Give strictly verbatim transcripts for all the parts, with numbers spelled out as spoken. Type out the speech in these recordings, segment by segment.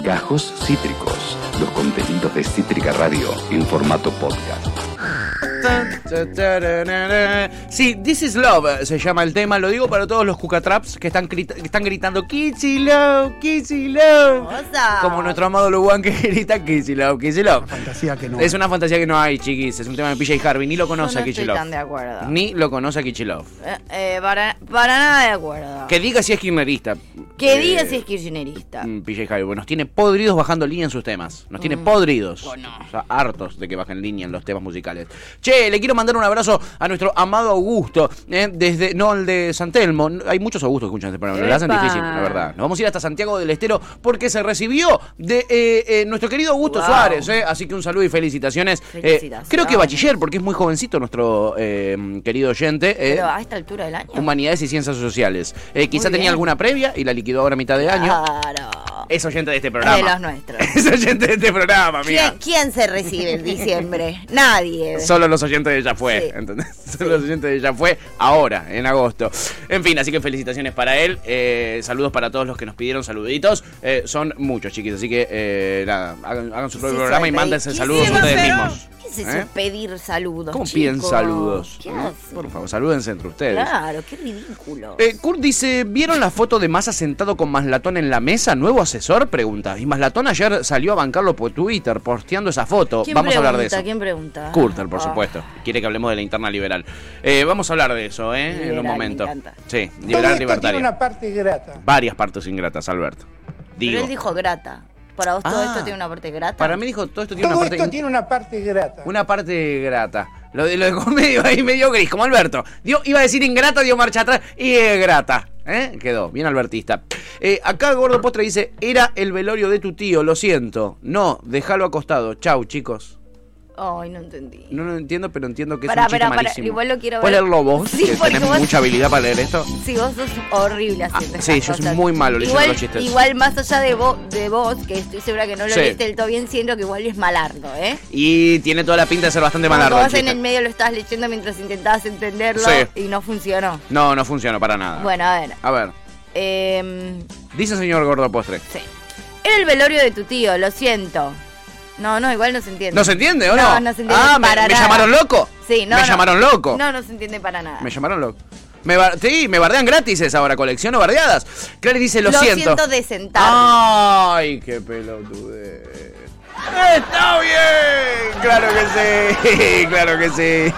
Gajos Cítricos, los contenidos de Cítrica Radio en formato podcast. Sí, This is Love se llama el tema. Lo digo para todos los cucatraps que están, grita- que están gritando Kissy Love, Kissy Love. Osa. Como nuestro amado Luwan que grita Kissy Love, Kissy Love. Fantasía que no. Es una fantasía que no hay, chiquis. Es un tema de P J Harvey. Ni lo conoce Yo a no Kissy estoy Love. tan de acuerdo. Ni lo conoce a Kissy Love. Eh, eh, para, para nada de acuerdo. Que diga si es kirchnerista. Que Eh, diga si es kirchnerista. mm, P J Harvey, bueno, nos tiene podridos bajando línea en sus temas. Nos tiene podridos. Bueno. O sea, hartos de que bajen línea en los temas musicales. Che, le quiero mandar un abrazo a nuestro amado Augusto, eh, desde, no el de San Telmo. Hay muchos Augustos que escuchan este programa, lo hacen Epa. difícil, la verdad. Nos vamos a ir hasta Santiago del Estero porque se recibió de eh, eh, nuestro querido Augusto Wow. Suárez, eh, así que un saludo y felicitaciones. Eh, Felicitaciones. creo que bachiller, porque es muy jovencito nuestro eh, querido oyente. eh, Pero a esta altura del año. Humanidades y Ciencias Sociales. Eh, quizá Muy tenía bien. alguna previa y la liquidó ahora a mitad de año. Claro. Es oyente de este programa. De los nuestros. Es oyente de este programa, amiga. ¿Quién, quién se recibe en diciembre? Nadie. Solo los oyentes de Ya Fue, Sí. ¿entendés? Solo los oyentes de Ya Fue ahora, en agosto. En fin, así que felicitaciones para él. Eh, saludos para todos los que nos pidieron saluditos. Eh, son muchos, chiquis, así que eh, nada, hagan, hagan su propio Sí, programa y soy mándense ¿Qué saludos se ustedes va a hacer? mismos. ¿Qué es eso? ¿Eh? Pedir saludos. ¿Cómo piden chicos? saludos? ¿Qué ¿Eh? hacen? Por favor, salúdense entre ustedes. Claro, qué ridículo. Eh, Kurt dice, ¿vieron la foto de Massa sentado con Maslatón en la mesa? ¿Nuevo asesor? Pregunta. Y Maslatón ayer salió a bancarlo por Twitter, posteando esa foto. ¿Quién Vamos pregunta? a hablar de eso. ¿Quién pregunta? Kurter, por Ah. supuesto. Quiere que hablemos de la interna liberal. Eh, vamos a hablar de eso, ¿eh? Liberal, en un me momento. encanta. Sí, Todo liberal esto libertaria. tiene una parte grata. Varias partes ingratas, Alberto. Digo. Pero él dijo grata. ¿Para vos todo Ah. esto tiene una parte grata? Para mí dijo, todo esto tiene Todo una parte... esto tiene una parte grata. Una parte grata. Lo de lo dejó medio ahí, medio gris, como Alberto. Dio, iba a decir ingrata, dio marcha atrás y es grata. ¿Eh? Quedó, bien albertista. Eh, acá Gordo Postre dice, era el velorio de tu tío, lo siento. No, déjalo acostado. Chau, chicos. Ay, no entendí. No lo entiendo, pero entiendo que Pará, es un chiste pará, pará, malísimo. igual lo quiero ¿Puedes ver. leerlo vos? Sí, que porque tenés vos- mucha habilidad para leer esto. Sí, vos sos horrible haciendo Ah, estas sí, yo soy cosas. muy malo leyendo igual, los chistes. Igual más allá de vos, de vos, que estoy segura que no lo Sí. leíste del todo bien, siento que igual es malardo, ¿eh? Y tiene toda la pinta de ser bastante Como que malardo el vos en chiste. el medio lo estabas leyendo mientras intentabas entenderlo Sí. y no funcionó. No, no funcionó para nada. Bueno, a ver. A ver, Eh, dice señor Gordo Postre. sí. Era el velorio de tu tío, lo siento. No, no, igual no se entiende. ¿No se entiende o no? No, no se entiende Ah, ¿me, para me nada. llamaron loco? Sí, no, ¿Me no. llamaron loco? No, no se entiende para nada. Me llamaron loco. Me bar- sí, me bardean gratis esa ahora, colecciono bardeadas. Clary dice, lo, Lo siento. siento de sentarme. Ay, qué pelotudez. ¡Está bien! Claro que sí, claro que sí.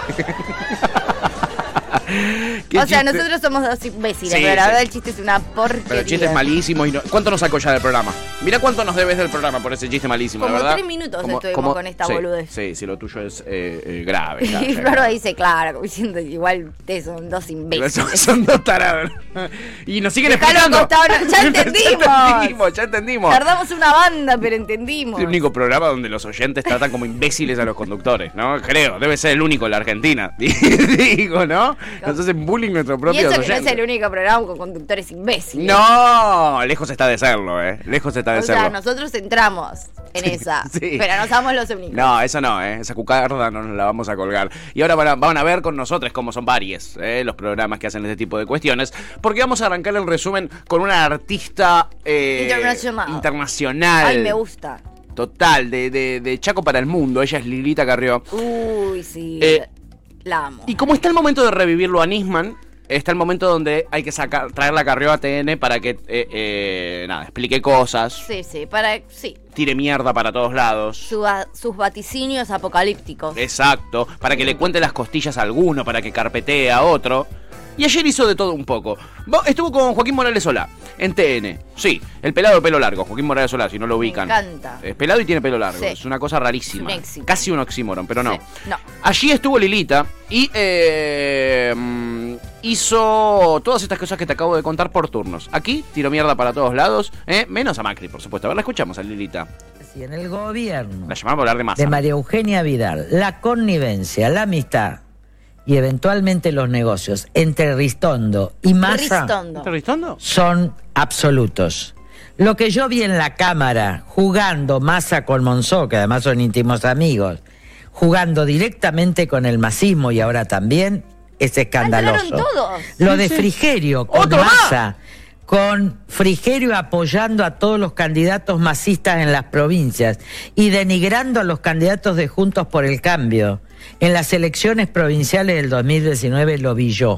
¿Qué O sea, chiste? nosotros somos dos imbéciles, Sí, pero la sí. verdad el chiste es una porquería. Pero el chiste es malísimo y no... ¿Cuánto nos sacó ya del programa? Mira cuánto nos debes del programa por ese chiste malísimo, Como la verdad. tres minutos estuvimos con esta sí, boludez. Sí, sí, lo tuyo es eh, eh, grave. ya, Y ya, Floro grave. dice, claro, como diciendo que igual ustedes son dos imbéciles. Son, son dos tarados. Y nos siguen Dejalo explicando. acostado, no- ya entendimos. ya entendimos, ya entendimos. Tardamos una banda, pero entendimos. Es el único programa donde los oyentes tratan como imbéciles a los conductores, ¿no? Creo, debe ser el único en la Argentina. Digo, ¿no? Nos hacen bullying nuestros Y propios eso que no es oyentes. el único programa con conductores imbéciles. No, lejos está de serlo, ¿eh? Lejos está de O serlo. sea, nosotros entramos en esa, sí. pero no somos los únicos. No, eso no, ¿eh? Esa cucarda no nos la vamos a colgar. Y ahora van a, van a ver con nosotros cómo son varios ¿eh? los programas que hacen este tipo de cuestiones. Porque vamos a arrancar el resumen con una artista eh, Internacional. internacional. Ay, me gusta. Total, de, de, de Chaco para el mundo. Ella es Lilita Carrió. Uy, sí. Eh, la amo. Y como está el momento de revivirlo a Nisman, está el momento donde hay que sacar, traer la Carrió a T N para que, eh, eh, nada, explique cosas, Sí, sí, para, sí. tire mierda para todos lados. Su- sus vaticinios apocalípticos. Exacto, para que le cuente las costillas a alguno, para que carpetee a otro. Y ayer hizo de todo un poco. Bo- Estuvo con Joaquín Morales Solá, en T N. Sí, el pelado de pelo largo, Joaquín Morales Solá, si no lo ubican. Me encanta. Es pelado y tiene pelo largo, Sí. es una cosa rarísima. Es un éxito. Casi un oxímoron, pero no. Sí, no. Allí estuvo Lilita y eh, mm, hizo todas estas cosas que te acabo de contar por turnos. Aquí tiró mierda para todos lados, ¿eh? Menos a Macri, por supuesto. A ver, la escuchamos a Lilita. Si en el gobierno La llamamos para hablar de Massa. de María Eugenia Vidal, la connivencia, la amistad y eventualmente los negocios entre Ristondo y Massa Ristondo. ¿Está Ristondo? son absolutos. Lo que yo vi en la cámara jugando Massa con Monzó, que además son íntimos amigos, jugando directamente con el masismo y ahora también, es escandaloso. Entraron todos. Lo Sí, de sí. Frigerio con ¡Otro más! Massa, con Frigerio apoyando a todos los candidatos masistas en las provincias y denigrando a los candidatos de Juntos por el Cambio. En las elecciones provinciales del dos mil diecinueve lo vi yo.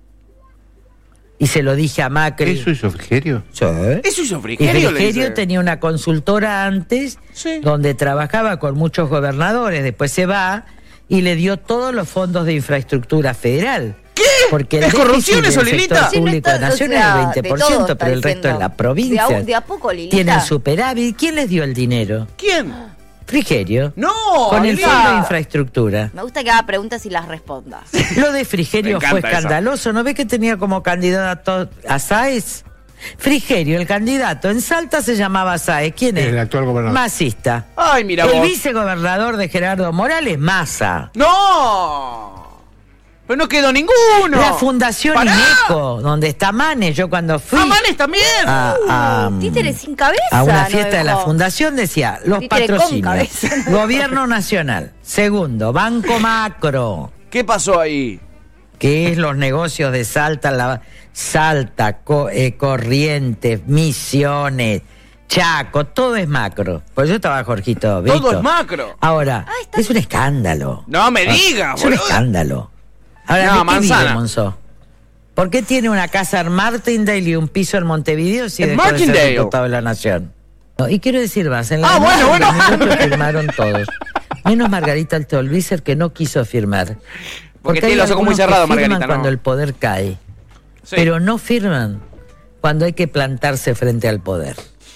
Y se lo dije a Macri. ¿Eso hizo Frigerio? Sí. ¿Eso hizo Y Frigerio? le Frigerio dice? tenía una consultora antes, Sí. donde trabajaba con muchos gobernadores, después se va y le dio todos los fondos de infraestructura federal. ¿Qué? Porque el ¿Es corrupción déficit eso, del Lilita? sector Sí, no público está- de Nación o es sea, el veinte por de todo ciento, está pero el resto diciendo. en la De provincia a- de a poco, Lilita. tienen superávit. ¿Quién les dio el dinero? ¿Quién? Frigerio. No, Con el Lilita. fondo de infraestructura. Me gusta que haga preguntas y las respondas. Lo de Frigerio Me fue encanta escandaloso. ¿No ves que tenía como candidato a Sáez? Frigerio, el candidato en Salta se llamaba Sáez. ¿Quién es? El actual gobernador. Masista. Ay, mira El vos. vicegobernador de Gerardo Morales, Massa. ¡No! Pero no quedó ninguno. La Fundación ¡Pará! Ineco, donde está Manes, yo cuando fui ¡Ah, Manes también! a, a- Títeres sin cabeza. a una no fiesta de la dejó. Fundación decía, los Títere con patrocinios, cabeza. Gobierno Nacional, segundo, Banco Macro, ¿Qué pasó ahí? que es los negocios de Salta, la, Salta, Co- eh, Corrientes, Misiones, Chaco, todo es macro. Pues yo estaba Jorgito, Todo Vito. es macro. Ahora, Ah, está- es un escándalo. No me Ah, digas, Es un boludo. escándalo. Ahora, No, ¿de qué manzana. vive Monzó? ¿Por qué tiene una casa en Martindale y un piso en Montevideo si ¿En dejó de ser Martindale? diputado de la Nación? No, y quiero decir más, en la Ah, bueno, bueno. minutos firmaron todos. Menos Margarita Alteolvícer, que no quiso firmar. Porque hay tiene los ojos muy algunos que cerrados, firman Margarita, ¿no? cuando el poder cae, Sí. pero no firman cuando hay que plantarse frente al poder.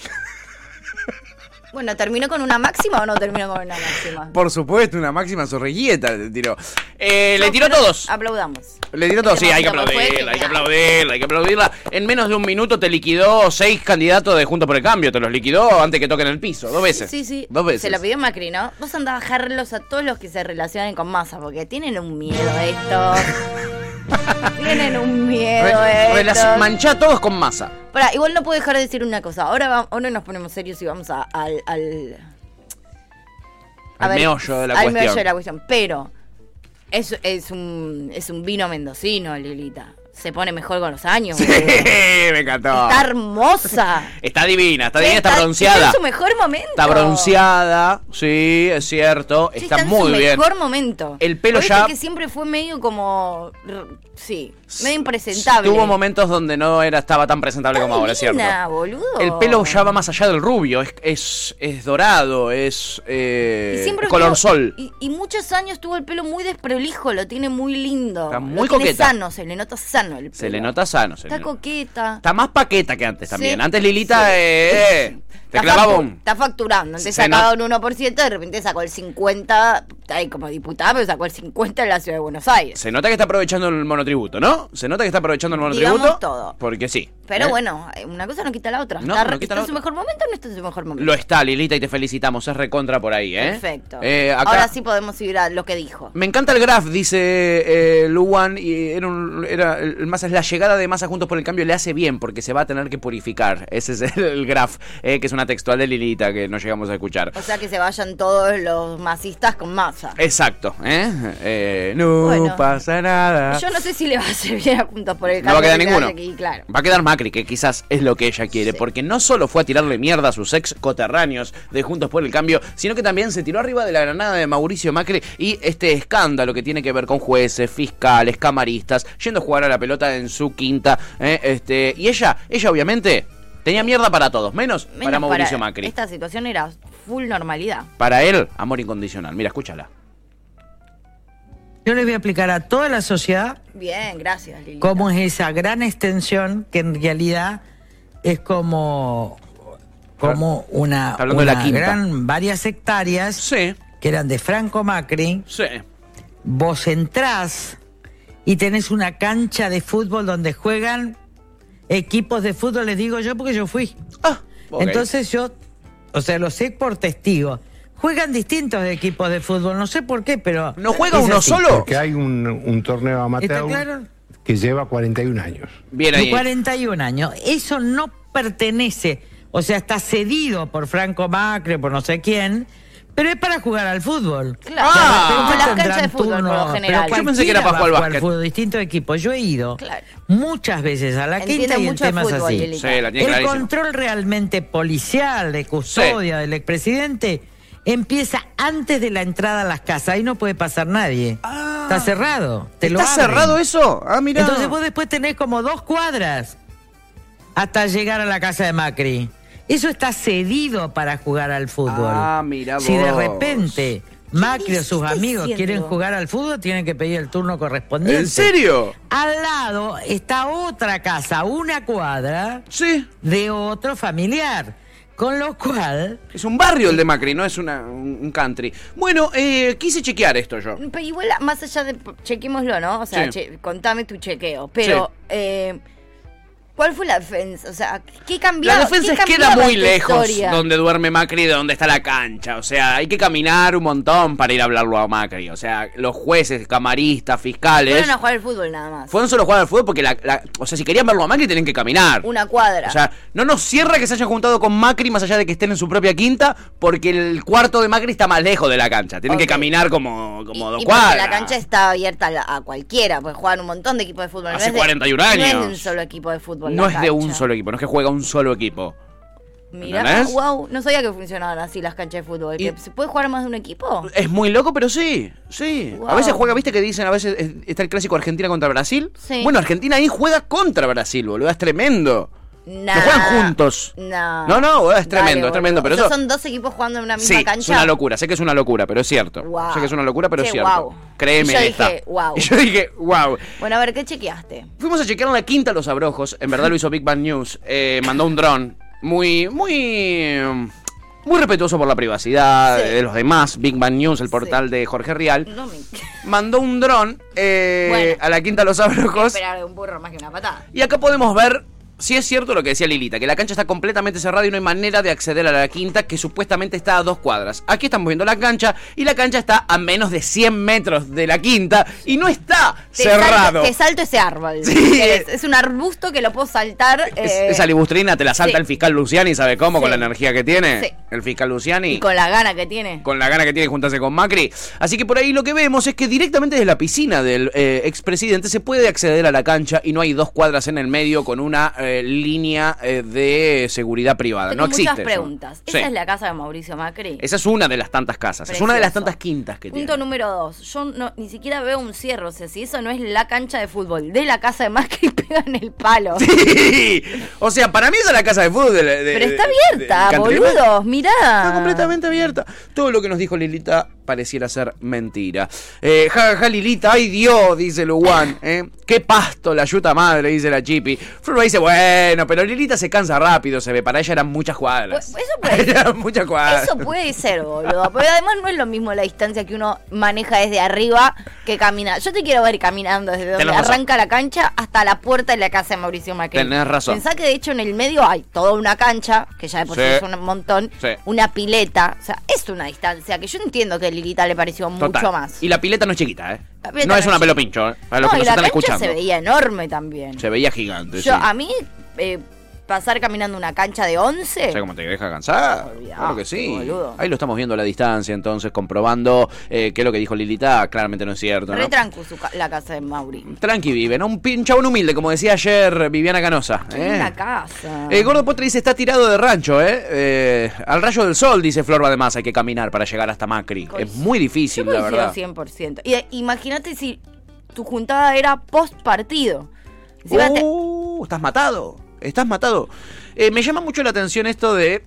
Bueno, ¿terminó con una máxima o no terminó con una máxima? Por supuesto, una máxima zorrilleta le tiró. Eh, le No, tiró pero todos. Aplaudamos. Le tiró todos. Sí, hay que Fue aplaudirla, hay que genial. aplaudirla, hay que aplaudirla. En menos de un minuto te liquidó seis candidatos de Juntos por el Cambio. Te los liquidó antes que toquen el piso. Dos veces. Sí, sí. Dos veces. Se lo pidió Macri, ¿no? Vos andás a bajarlos a todos los que se relacionen con Massa, porque tienen un miedo estos. Tienen un miedo Re- relac- estos. manchá a todos con masa. Pará, igual no puedo dejar de decir una cosa. Ahora, va- ahora nos ponemos serios y vamos a- al... al Al meollo de la al cuestión. meollo de la cuestión. Pero es, es, un, es un vino mendocino, Lilita. Se pone mejor con los años. Sí, boludo. me encantó. Está hermosa. Está divina, está divina, está, Está bronceada. en su mejor momento. Está bronceada, sí, es cierto. Sí, está, en muy su bien. mejor momento. El pelo Porque ya- viste que siempre fue medio como... r- Sí, medio impresentable. Tuvo momentos donde no era estaba tan presentable como ahora, es cierto. Divina, boludo. El pelo ya va más allá del rubio, es, es, es dorado, es eh, Y siempre color tuvo- sol. Y, y muchos años tuvo el pelo muy desprolijo, lo tiene muy lindo. Está Lo muy tiene coqueta. sano, se le nota sano el pelo. Se le nota sano. Se Está le- coqueta. Está más paqueta que antes también. Sí. Antes Lilita Sí. eh, eh, te Está clavaba factu- un... Está facturando. Antes Se sacaba not- un uno por ciento, de repente sacó el cincuenta, ahí como diputada, pero sacó el cincuenta en la ciudad de Buenos Aires. Se nota que está aprovechando el monotributo, ¿no? Se nota que está aprovechando el monotributo. Digamos todo. Porque sí. Pero ¿eh? bueno, una cosa no quita la otra. No, ¿Está, no quita está la en su otra. mejor momento o no está en su mejor momento? Lo está, Lilita, y te felicitamos. Es recontra por ahí, ¿eh? Perfecto. Eh, acá- Ahora sí podemos ir a lo que dijo. Me encanta el graph, dice eh, Luan, y era, un, era el Massa, la llegada de Massa Juntos por el Cambio le hace bien porque se va a tener que purificar. Ese es el, el graph, eh, que es una textual de Lilita que no llegamos a escuchar. O sea que se vayan todos los masistas con masa. Exacto, ¿eh? Eh, no Bueno. pasa nada. Yo no sé si le va a hacer bien a Juntos por el No va a Cambio. quedar que ninguno. hace aquí, claro. Va a quedar Macri, que quizás es lo que ella quiere, Sí. porque no solo fue a tirarle mierda a sus ex coterráneos de Juntos por el Cambio, sino que también se tiró arriba de la granada de Mauricio Macri y este escándalo que tiene que ver con jueces, fiscales, camaristas, yendo a jugar a la pelota en su quinta, ¿eh? este, y ella, ella obviamente tenía mierda para todos, menos, Menos para Mauricio Macri. Esta situación era full normalidad. Para él, amor incondicional. Mira, escúchala. Yo le voy a explicar a toda la sociedad Bien, gracias, Lili. cómo es esa gran extensión que en realidad es como, como una, Está hablando de la una quinta. gran, varias hectáreas Sí, que eran de Franco Macri. sí. Vos entrás y tenés una cancha de fútbol donde juegan equipos de fútbol, les digo yo porque yo fui. Ah, ok. Entonces yo, o sea, lo sé por testigo. Juegan distintos equipos de fútbol, no sé por qué, pero... ¿No juega es uno así. solo? Porque hay un, un torneo amateur ¿Está claro? que lleva cuarenta y un años. Bien ahí. cuarenta y un años. Eso no pertenece, o sea, está cedido por Franco Macri, por no sé quién, Pero es para jugar al fútbol. Claro, Ah. como las Tendrán canchas de fútbol por lo turno, general. pero Yo pensé que era para cualquiera jugar al va a básquet. fútbol, distintos equipos. Yo he ido Claro. muchas veces a la Entiende quinta y el mucho de tema es fútbol, así. Lilita. Sí, la tiene El clarísimo. control realmente policial, de custodia del expresidente, empieza antes de la entrada a las casas. Ahí no puede pasar nadie. Está cerrado. Te lo ¿Está abren. cerrado eso? Ah, mira. Entonces vos después tenés como dos cuadras hasta llegar a la casa de Macri. Eso está cedido para jugar al fútbol. Ah, mira Si de vos. repente Macri o sus estás amigos diciendo? quieren jugar al fútbol, tienen que pedir el turno correspondiente. ¿En serio? Al lado está otra casa, una cuadra, Sí. de otro familiar. Con lo cual, Es un barrio el de Macri, no es una, un, un country. Bueno, eh, quise chequear esto yo. Pero igual, más allá de. Chequémoslo, ¿no? O sea, Sí. che- contame tu chequeo. Pero, eh, ¿cuál fue la defensa? O sea, ¿qué cambió? La defensa es ¿Qué que queda cambiaba muy esta lejos historia? donde duerme Macri y de donde está la cancha. O sea, hay que caminar un montón para ir a hablarlo a Macri. O sea, los jueces, camaristas, fiscales. Fueron a jugar al fútbol nada más. Fueron solo a jugar al fútbol porque, la, la- o sea, si querían verlo a Macri, tienen que caminar. Una cuadra. O sea, no nos cierra que se hayan juntado con Macri más allá de que estén en su propia quinta, porque el cuarto de Macri está más lejos de la cancha. Tienen Ok. que caminar como, como y, dos y porque cuadras. la cancha está abierta a, la- a cualquiera, porque juegan un montón de equipos de fútbol. No Hace es de- cuarenta y un No es de años. un solo equipo de fútbol. No la es de un cancha. solo equipo, no es que juega un solo equipo. Mirá, ¿Entendés? wow, no sabía que funcionaban así las canchas de fútbol. Y- ¿Que ¿Se puede jugar más de un equipo? Es muy loco, pero sí, sí. A Wow. veces juega, viste que dicen, a veces eh, está el clásico Argentina contra Brasil. Sí. Bueno, Argentina ahí juega contra Brasil, boludo, es tremendo. Nah. No juegan juntos. No. No, no, boludo, es tremendo, Dale, es tremendo. boludo. Pero O sea, eso son dos equipos jugando en una misma sí, cancha. es una locura. Sé que es una locura, pero es cierto. Wow. Sé que es una locura, pero Che, es cierto. wow. Créeme Y yo esta. dije, wow. Y yo dije, wow. Bueno, a ver, ¿qué chequeaste? Fuimos a chequear en la quinta Los Abrojos. En verdad lo hizo Big Bang News. Eh, mandó un dron. Muy, muy... Muy respetuoso por la privacidad Sí. de los demás. Big Bang News, el portal Sí. de Jorge Rial. No me... Mandó un dron eh, Bueno. a la quinta Los Abrojos. Esperar de un burro más que una patada. Y acá podemos ver, si es cierto lo que decía Lilita, que la cancha está completamente cerrada y no hay manera de acceder a la quinta, que supuestamente está a dos cuadras. Aquí estamos viendo la cancha y la cancha está a menos de cien metros de la quinta y no está Te cerrado. Salto, te salto ese árbol. Sí. Es, es un arbusto que lo puedo saltar. Es- eh, esa libustrina te la salta sí. el fiscal Luciani, ¿sabe cómo? Sí. Con la energía que tiene. Sí. El fiscal Luciani. y con la gana que tiene. Con la gana que tiene de juntarse con Macri. Así que por ahí lo que vemos es que directamente desde la piscina del eh, expresidente se puede acceder a la cancha y no hay dos cuadras en el medio con una eh, línea eh, de seguridad privada. Tengo no existe. muchas eso. preguntas. ¿Esa Sí. es la casa de Mauricio Macri? Esa es una de las tantas casas. Es una de las Precioso. tantas quintas que Punto tiene. número dos. Yo no, ni siquiera veo un cierre. O sea, si eso no es la cancha de fútbol de la casa de Macri, pegan el palo. Sí. O sea, para mí esa es la casa de fútbol. de- de- Pero está de- abierta, de- de- boludos. Mirá. Está completamente abierta. Todo lo que nos dijo Lilita pareciera ser mentira. Eh, ja, ja, Lilita, ay Dios, dice Luwan. ¿eh? Qué pasto la yuta madre, dice la Chipi. Flor dice, bueno, pero Lilita se cansa rápido, se ve. Para ella eran muchas cuadras. Pues, eso puede ser. Eran muchas cuadras. Eso puede ser, boludo. Porque además no es lo mismo la distancia que uno maneja desde arriba que camina. Yo te quiero ver caminando desde donde Tenés razón. arranca la cancha hasta la puerta de la casa de Mauricio Macri. Tenés razón. Pensá que de hecho en el medio hay toda una cancha, que ya de por sí Sí. es un montón, Sí. una pileta. O sea, es una distancia que yo entiendo que a Lilita le pareció Total. mucho más. Y la pileta no es chiquita, ¿eh? La pileta No no es es una pelo chiquita. pincho, ¿eh? Para los No, que y nos la están cancha escuchando. se veía enorme también. Se veía gigante, Yo, sí. a mí, eh, pasar caminando una cancha de once. ¿Sabes cómo te deja cansada? Olvidate, Claro que sí. boludo. Ahí lo estamos viendo a la distancia, entonces, comprobando eh, que lo que dijo Lilita claramente no es cierto, ¿no? Retranco su ca- la casa de Mauri. Tranqui vive, ¿no? Un pin- chabón humilde, como decía ayer Viviana Canosa. Qué ¿eh? linda casa. Eh, Gordo Potre dice, está tirado de rancho, ¿eh? Eh, Al rayo del sol, dice Flor, además hay que caminar para llegar hasta Macri. Coincido. Es muy difícil, Yo la coincido verdad. cien por ciento. Y eh, imagínate si tu juntada era post partido. Encima te- Uh, estás matado, estás matado. Eh, me llama mucho la atención esto de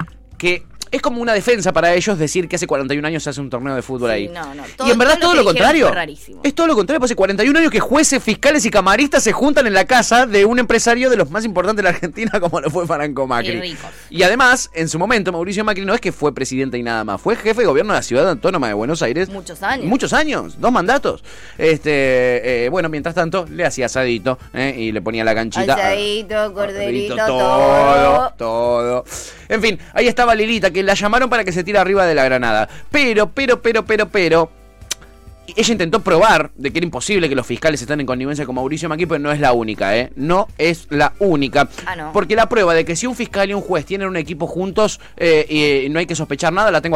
que es como una defensa para ellos decir que hace cuarenta y un años se hace un torneo de fútbol Sí, ahí. no, no. y Todo- en verdad todo todo, lo lo que dijeron contrario. fue rarísimo. Es todo lo contrario, pues hace cuarenta y un años que jueces, fiscales y camaristas se juntan en la casa de un empresario de los más importantes de la Argentina como lo fue Franco Macri. Y ricos. Y además, en su momento, Mauricio Macri no es que fue presidente y nada más, fue jefe de gobierno de la ciudad autónoma de Buenos Aires. Muchos años. Muchos años, dos mandatos. Este, eh, bueno, mientras tanto, le hacía asadito eh, y le ponía la canchita. Asadito, corderito, todo, todo. todo. En fin, ahí estaba Lilita, que la llamaron para que se tire arriba de la granada. Pero, pero, pero, pero, pero... Ella intentó probar de que era imposible que los fiscales estén en connivencia con Mauricio Macri, pero no es la única, ¿eh? No es la única. Ah, ¿no? Porque la prueba de que si un fiscal y un juez tienen un equipo juntos eh, y no hay que sospechar nada, la tengo acá.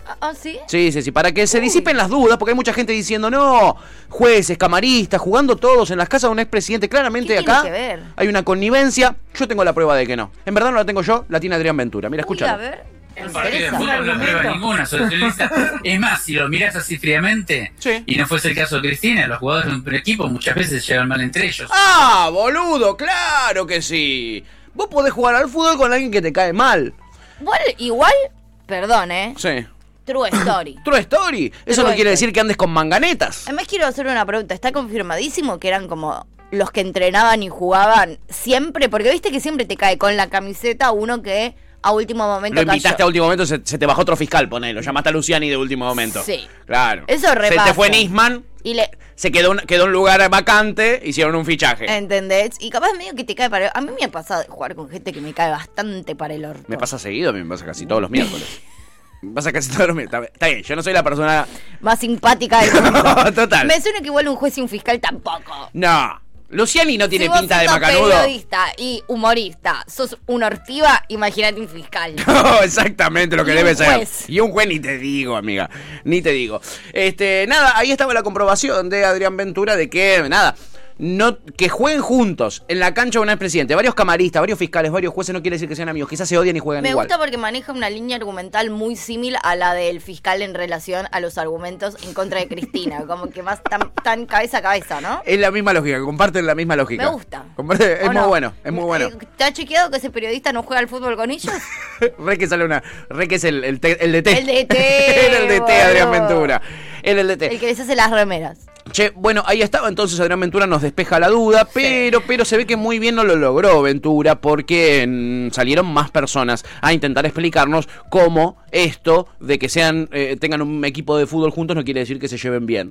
Ah, ah, ¿sí? Sí, sí, sí, para que se disipen las dudas, porque hay mucha gente diciendo, no, jueces, camaristas, jugando todos en las casas de un expresidente. Claramente ¿Qué acá tiene que ver? hay una connivencia. Yo tengo la prueba de que no. En verdad no la tengo yo, la tiene Adrián Ventura. Mira, Uy, escúchalo. a ver. Un partido de fútbol no prueba ninguna socialista. Es más, si lo mirás así fríamente, Sí. y no fuese el caso de Cristina, los jugadores de un equipo muchas veces se llevan mal entre ellos. Ah, boludo, claro que sí. Vos podés jugar al fútbol con alguien que te cae mal. Igual, igual, perdón, ¿eh? Sí. True story. True story. Eso True no quiere story. decir que andes con manganetas. Además quiero hacer una pregunta. ¿Está confirmadísimo que eran como los que entrenaban y jugaban siempre? Porque viste que siempre te cae con la camiseta uno que a último momento Lo invitaste cayó. a último momento, se, se te bajó otro fiscal, ponele. Lo llamaste a Luciani de último momento. Sí. Claro. Eso Se repasa. te fue Nisman, Y le... se quedó un, quedó un lugar vacante, hicieron un fichaje. ¿Entendés? Y capaz medio que te cae para... A mí me ha pasado de jugar con gente que me cae bastante para el orto. Me pasa seguido, a mí me pasa casi todos los miércoles. Me pasa casi todos los miércoles. Está, está bien, yo no soy la persona... Más simpática del mundo. Total. Me suena que igual un juez y un fiscal tampoco. No. Luciani no tiene Si vos pinta de siendo macanudo. periodista y humorista, sos un ortiva, imagínate un fiscal. No, exactamente lo que Y debe un ser. juez. Y un juez ni te digo, amiga. Ni te digo. Este, nada, ahí estaba la comprobación de Adrián Ventura de que, nada, no, que jueguen juntos en la cancha de un expresidente. Varios camaristas, varios fiscales, varios jueces no quiere decir que sean amigos. Quizás se odian y juegan Me igual. gusta porque maneja una línea argumental muy similar a la del fiscal en relación a los argumentos en contra de Cristina. Como que más tan, tan cabeza a cabeza, ¿no? Es la misma lógica, comparten la misma lógica. Me gusta. Comparte- es ¿O muy no? bueno, es muy bueno. Eh, ¿Te ha chequeado que ese periodista no juega al fútbol con ellos? Re que sale una. Re que es el, el, te- el D T. El D T, Era el D T, Adrián boludo. Ventura. Era el D T. El que les hace las remeras. Che, bueno, ahí estaba, entonces Adrián Ventura nos despeja la duda, pero, pero se ve que muy bien no lo logró Ventura porque mm, salieron más personas a intentar explicarnos cómo esto de que sean eh, tengan un equipo de fútbol juntos no quiere decir que se lleven bien.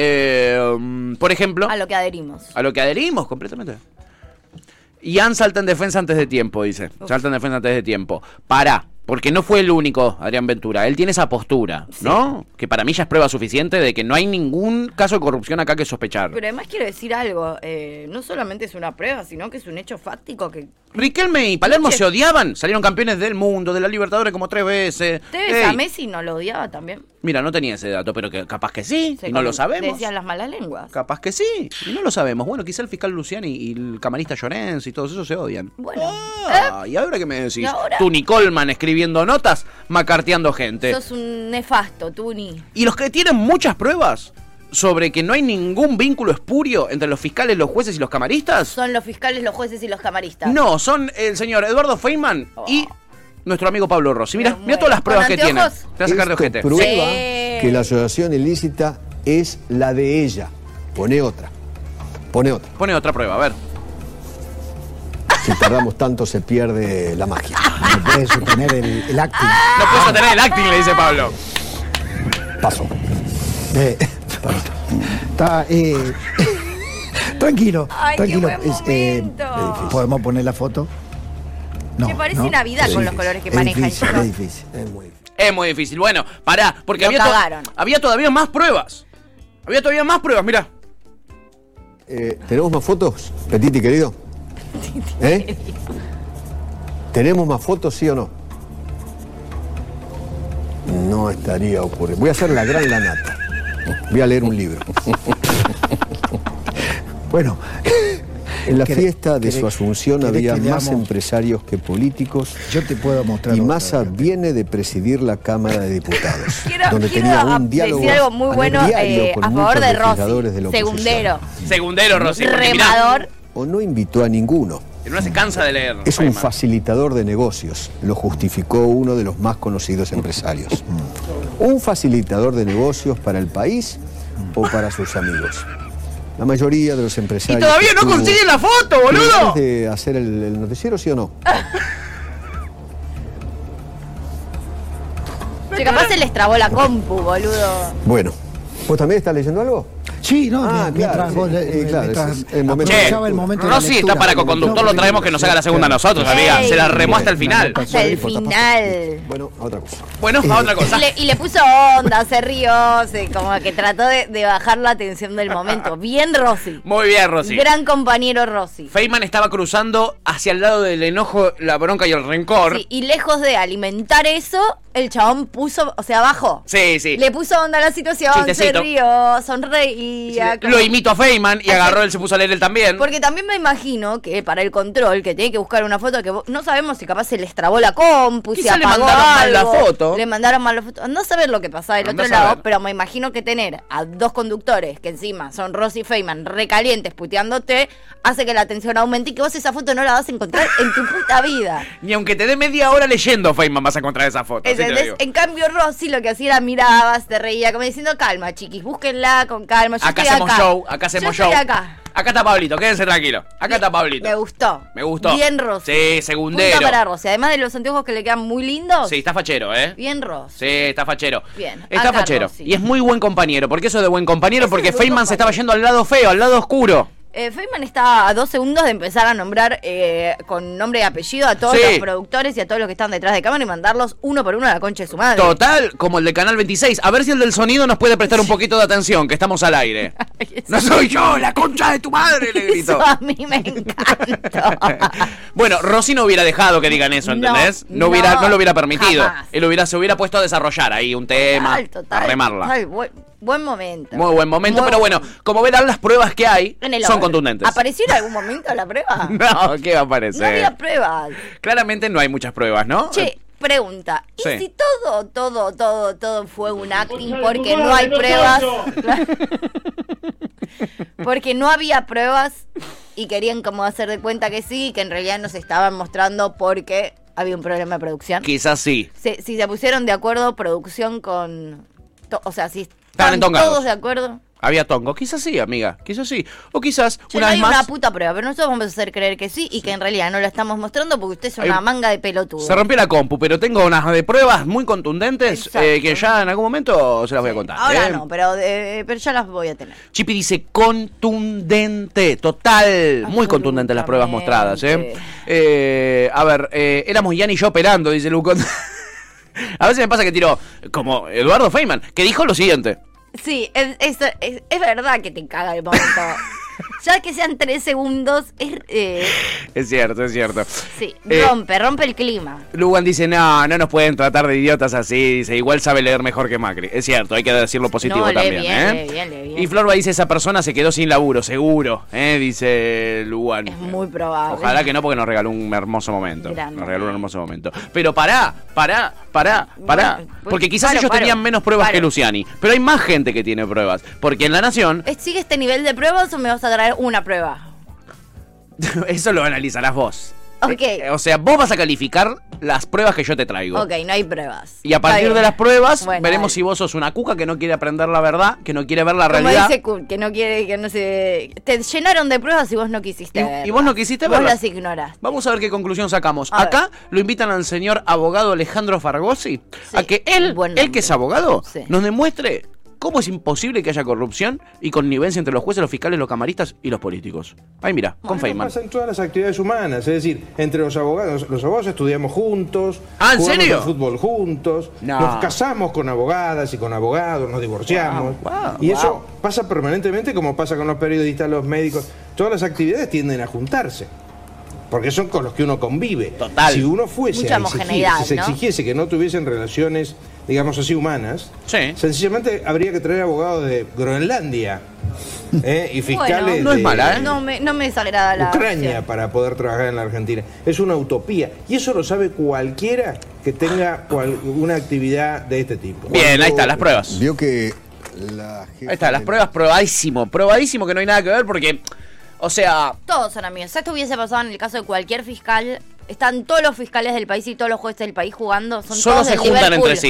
Eh, mm, por ejemplo, A lo que adherimos. a lo que adherimos completamente. Ian salta en defensa antes de tiempo, dice. Salta en defensa antes de tiempo. Para. Porque no fue el único, Adrián Ventura. Él tiene esa postura, ¿no? Que para mí ya es prueba suficiente de que no hay ningún caso de corrupción acá que sospechar. Pero además quiero decir algo. eh, no solamente es una prueba, sino que es un hecho fáctico que... Riquelme y Palermo Che. se odiaban. Salieron campeones del mundo, de la Libertadores como tres veces. ¿Ustedes Ey, a Messi no lo odiaba también? Mira, no tenía ese dato, pero que capaz que sí. Se y no lo con- sabemos. Decían las malas lenguas. Capaz que sí. Y no lo sabemos. Bueno, quizá el fiscal Luciani y el camarista Llorens y todos esos se odian. Bueno. Ah, ¿y ahora qué me decís? ¿Y ahora? Tú, Nicolman, escribiendo notas, macarteando gente. Sos un nefasto, Tuni. Y los que tienen muchas pruebas sobre que no hay ningún vínculo espurio entre los fiscales, los jueces y los camaristas. Son los fiscales, los jueces y los camaristas. No, son el señor Eduardo Feynman y nuestro amigo Pablo Rossi. Mira, Me mira muero. todas las pruebas ¿Con que tiene. anteojos? Te vas a sacar de Esto ojete. prueba Sí. que la asociación ilícita es la de ella. Pone otra. Pone otra. Pone otra prueba, a ver. Si tardamos tanto se pierde la magia. No puede sostener el, el acting. No puedo tener el acting, le dice Pablo. Paso. Eh, está, eh, tranquilo, Ay, qué tranquilo. buen Es, eh, momento. ¿Podemos poner la foto? No, Me parece ¿no? Navidad Es con los difícil, colores que es manejan, difícil, chicos. es difícil, es muy difícil. Es muy difícil. Bueno, pará, porque Lo había, to- cagaron. había todavía más pruebas. Había todavía más pruebas, mira. Eh, ¿Tenemos más fotos, Petiti querido? ¿Eh? ¿Tenemos más fotos, sí o no? No estaría ocurriendo. Voy a hacer la gran lanata. Voy a leer un libro. Bueno, En la ¿Querés- fiesta de querés- su asunción querés había que más leamos? empresarios que políticos yo te puedo mostrar. y otra. Massa viene de presidir la Cámara de Diputados, Quiero, donde quiero tenía a- un diálogo, decir algo muy un bueno diario eh, con a favor muchos de legisladores de la Rossi. oposición. Segundero. Segundero, Rossi. porque mirá, Remador. O no invitó a ninguno. que no se cansa de leer. Es un Feynman. facilitador de negocios, lo justificó uno de los más conocidos empresarios. ¿Un facilitador de negocios para el país o para sus amigos? La mayoría de los Y empresarios... todavía no estuvo- consiguen la foto, ¿Tienes boludo. ganas de hacer el, el noticiero, sí o no? Che, capaz se les trabó la compu, boludo. Bueno, ¿vos también estás leyendo algo? Sí, no, Ah, mientras claro, vos sí, le- eh, claro, mientras ese es el momento. aprovechaba Che, el momento de la Rossi lectura. está para coconductor, lo traemos que nos haga la segunda a nosotros, amiga. Ey. Se la remó hasta el final. Hasta el final. Bueno, a otra cosa. Bueno, a otra cosa. Y le, y le puso onda, se rió, se, como que trató de, de bajar la tensión del momento. Bien Rossi. Muy bien, Rossi. Gran compañero Rossi. Feynman estaba cruzando hacia el lado del enojo, la bronca y el rencor. Sí, y lejos de alimentar eso, el chabón puso, o sea, bajó. Sí, sí. Le puso onda a la situación, Chistecito. se rió, sonreía. como- Lo imito a Feynman y Así- agarró, él se puso a leer él también. Porque también me imagino que para el control, que tiene que buscar una foto que vos- no sabemos si capaz se les trabó la compu, si Quizá le apagó mandaron mal la algo, foto. Le mandaron mal la foto. Andá a saber lo que pasaba del Andá otro a lado, saber. pero me imagino que tener a dos conductores que encima son Rossi y Feynman recalientes puteándote, hace que la tensión aumente y que vos esa foto no la vas a encontrar en tu puta vida. Ni aunque te dé media hora leyendo Feynman vas a encontrar esa foto. así te lo ¿Entendés? digo. En cambio, Rossi lo que hacía era mirabas, te reía, como diciendo, calma, chiquis, búsquenla con calma. Yo Acá estoy hacemos acá. show, acá hacemos Yo show. estoy acá. Acá está Pablito, quédense tranquilo. Acá está Pablito. Me gustó. Me gustó. Bien Rossi. Sí, segundero. Punta para Rossi. Además de los anteojos que le quedan muy lindos. Sí, está fachero, ¿eh? Bien Rossi. Sí, está fachero. Bien, Está acá fachero. Rossi. Y es muy buen compañero. ¿Por qué eso de buen compañero? Ese Porque es buen Feynman se compañero. estaba yendo al lado feo, al lado oscuro. Eh, Feynman está a dos segundos de empezar a nombrar eh, con nombre y apellido a todos Sí. los productores y a todos los que están detrás de cámara y mandarlos uno por uno a la concha de su madre. Total, como el de Canal veintiséis. A ver si el del sonido nos puede prestar un poquito de atención, que estamos al aire. ¡No soy yo, la concha de tu madre! Le gritó. Eso a mí me encanta. Bueno, Rossi no hubiera dejado que digan eso, ¿entendés? No, No, hubiera, no, no lo hubiera permitido. jamás. Él hubiera, se hubiera puesto a desarrollar ahí un tema, Total, total, a remarla. total, buen, buen momento. Muy buen momento, Muy pero bueno, como verán, las pruebas que hay En el son orden. contundentes. ¿Apareció en algún momento la prueba? No, ¿qué va a No aparecer? había pruebas. Claramente no hay muchas pruebas, ¿no? Che, pregunta. ¿Y Sí. si todo, todo, todo, todo fue un acting porque no hay pruebas? Porque no había pruebas y querían como hacer de cuenta que sí, y que en realidad nos estaban mostrando porque había un problema de producción. Quizás sí. Si, si se pusieron de acuerdo producción con... to- o sea, si Estaban están entongados. todos de acuerdo. Había tongo. Quizás sí, amiga. Quizás sí. O quizás, Che, una no vez hay más, una puta prueba, pero nosotros vamos a hacer creer que sí y que en realidad no la estamos mostrando porque usted es Hay una un- manga de pelotudo. se rompió la compu, pero tengo unas de pruebas muy contundentes Exacto. eh, que ya en algún momento se las voy a contar. Ahora ¿eh? no, pero, eh, pero ya las voy a tener. Chipi dice contundente, total, muy contundentes las pruebas mostradas. ¿eh? Eh, a ver, eh, éramos Ian y yo operando, dice Luco. A veces me pasa que tiro como Eduardo Feynman, que dijo lo siguiente. Sí, es, es, es- es verdad que te caga el momento. Ya que sean tres segundos, es, eh, Es cierto, es cierto. sí, Eh, rompe, rompe el clima. Lugan dice, no, no nos pueden tratar de idiotas así. Dice, igual sabe leer mejor que Macri. Es cierto, hay que decirlo positivo No, lee también. bien, ¿eh? lee bien, lee bien. Y Florba dice, esa persona se quedó sin laburo, seguro. ¿eh? Dice Lugan. Es muy probable. Ojalá que no, porque nos regaló un hermoso momento. Gran Nos regaló un hermoso momento. Pero pará, pará, pará, pará. Bueno, pues, porque quizás paro, ellos paro, tenían menos pruebas paro. que Luciani. Pero hay más gente que tiene pruebas. Porque en La Nación, ¿Es- ¿Sigue este nivel de pruebas o me vas a traer una prueba? eso lo analizarás vos. Ok. Eh, O sea, vos vas a calificar las pruebas que yo te traigo. Ok, no hay pruebas. Y a Está partir bien. de las pruebas, Bueno, veremos dale. si vos sos una cuca que no quiere aprender la verdad, que no quiere ver la Como realidad. dice Kurt, que no quiere, que no se... Te llenaron de pruebas y vos no quisiste Y- verlas. y vos no quisiste Vos verlas. las ignoraste. Vamos a ver qué conclusión sacamos. A ver. Acá lo invitan al señor abogado Alejandro Fargosi Sí, a que él, buen él nombre. que es abogado, Sí. nos demuestre cómo es imposible que haya corrupción y connivencia entre los jueces, los fiscales, los camaristas y los políticos. Ahí mira, con Esto Feynman. pasa en todas las actividades humanas, es decir, entre los abogados, los abogados estudiamos juntos, Ah, ¿en jugamos serio? al fútbol juntos, No. nos casamos con abogadas y con abogados, nos divorciamos. Wow, wow, y eso wow. pasa permanentemente como pasa con los periodistas, los médicos. Todas las actividades tienden a juntarse. Porque son con los que uno convive. Total. Si uno fuese Mucha a exigir, homogeneidad, si se ¿no? exigiese que no tuviesen relaciones, digamos así, humanas, Sí. sencillamente habría que traer abogados de Groenlandia ¿eh? y fiscales Bueno, no es de mala, ¿eh? No me, no me desagrada la Ucrania opción. para poder trabajar en la Argentina. Es una utopía. Y eso lo sabe cualquiera que tenga cual- una actividad de este tipo. Bien, ahí están las pruebas. Vio que la jefa Ahí está, las de- pruebas, probadísimo. Probadísimo que no hay nada que ver porque, o sea, Todos son amigos. Si esto hubiese pasado en el caso de cualquier fiscal, están todos los fiscales del país y todos los jueces del país jugando. Son solo todos se del juntan Liverpool. entre sí.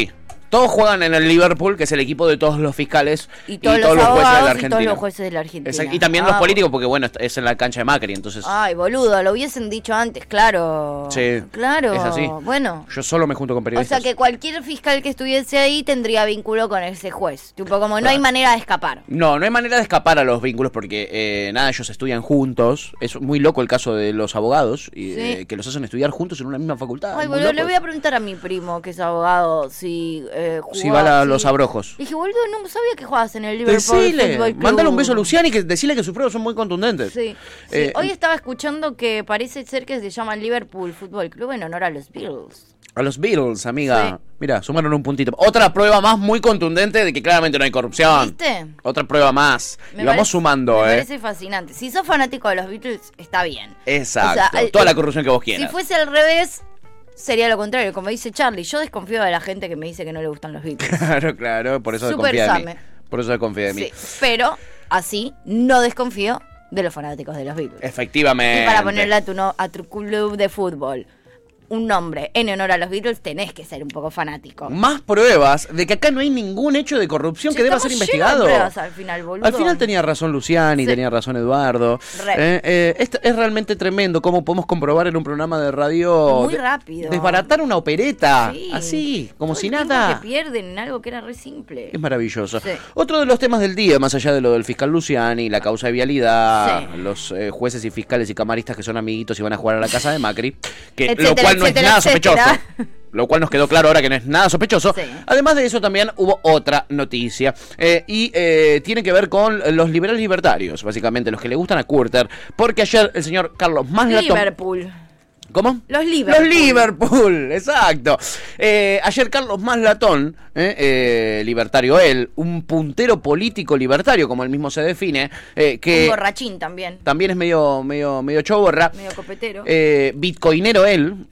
Todos juegan en el Liverpool, que es el equipo de todos los fiscales y todos, y todos los, los jueces de la Argentina. Y todos los jueces de la Argentina. Exacto. Y también ah, los políticos, porque bueno, es en la cancha de Macri, entonces... Ay, boludo, lo hubiesen dicho antes, claro. Sí, claro. Es así. Bueno. Yo solo me junto con periodistas. O sea que cualquier fiscal que estuviese ahí tendría vínculo con ese juez. Tipo, como no hay manera de escapar. No, no hay manera de escapar a los vínculos porque, eh, nada, ellos estudian juntos. Es muy loco el caso de los abogados, y, sí. eh, que los hacen estudiar juntos en una misma facultad. Ay, boludo, le voy a preguntar a mi primo, que es abogado, si eh, jugó, si va a si... los abrojos. Y dije, boludo, no sabía que jugabas en el Liverpool Decile, Football Club. Mándale un beso a Luciani y que decirle que sus pruebas son muy contundentes. Sí. Eh, sí. Hoy estaba escuchando que parece ser que se llama Liverpool Football Club en honor a los Beatles. A los Beatles, amiga. Sí. Mira, sumaron un puntito. Otra prueba más muy contundente de que claramente no hay corrupción. ¿Viste? Otra prueba más. Me y vamos parece, sumando, me ¿eh? Me parece fascinante. Si sos fanático de los Beatles, está bien. Exacto. O sea, el, Toda la el, corrupción que vos quieras. Si fuese al revés, sería lo contrario. Como dice Charlie, yo desconfío de la gente que me dice que no le gustan los Beatles. Claro, claro. Por eso Super desconfía de same. mí. Por eso desconfía de mí. Sí, pero así no desconfío de los fanáticos de los Beatles. Efectivamente. Y para ponerle a tu, no, a tu club de fútbol un nombre en honor a los Beatles, tenés que ser un poco fanático. Más pruebas de que acá no hay ningún hecho de corrupción che, que deba ser investigado. De pruebas al final, boludo. Al final tenía razón Luciani, sí. tenía razón Eduardo. Eh, eh, es, es realmente tremendo cómo podemos comprobar en un programa de radio muy rápido desbaratar una opereta, sí. así, como todo si el nada. Que pierden en algo que era re simple. Es maravilloso. Sí. Otro de los temas del día, más allá de lo del fiscal Luciani, la causa de vialidad, sí. los eh, jueces y fiscales y camaristas que son amiguitos y van a jugar a la casa de Macri, que etcétera, lo cual no etcétera, es nada sospechoso. Lo cual nos quedó claro ahora que no es nada sospechoso. Sí. Además de eso también hubo otra noticia eh, y eh, tiene que ver con los liberales libertarios, básicamente los que le gustan a Kurter, porque ayer el señor Carlos Maslatón... Liverpool. ¿Cómo? Los Liverpool. Los Liverpool, exacto. Eh, ayer Carlos Maslatón, eh, eh, libertario él, un puntero político libertario, como él mismo se define, eh, que un borrachín también. También es medio, medio, medio choborra. Medio copetero. Eh, bitcoinero él.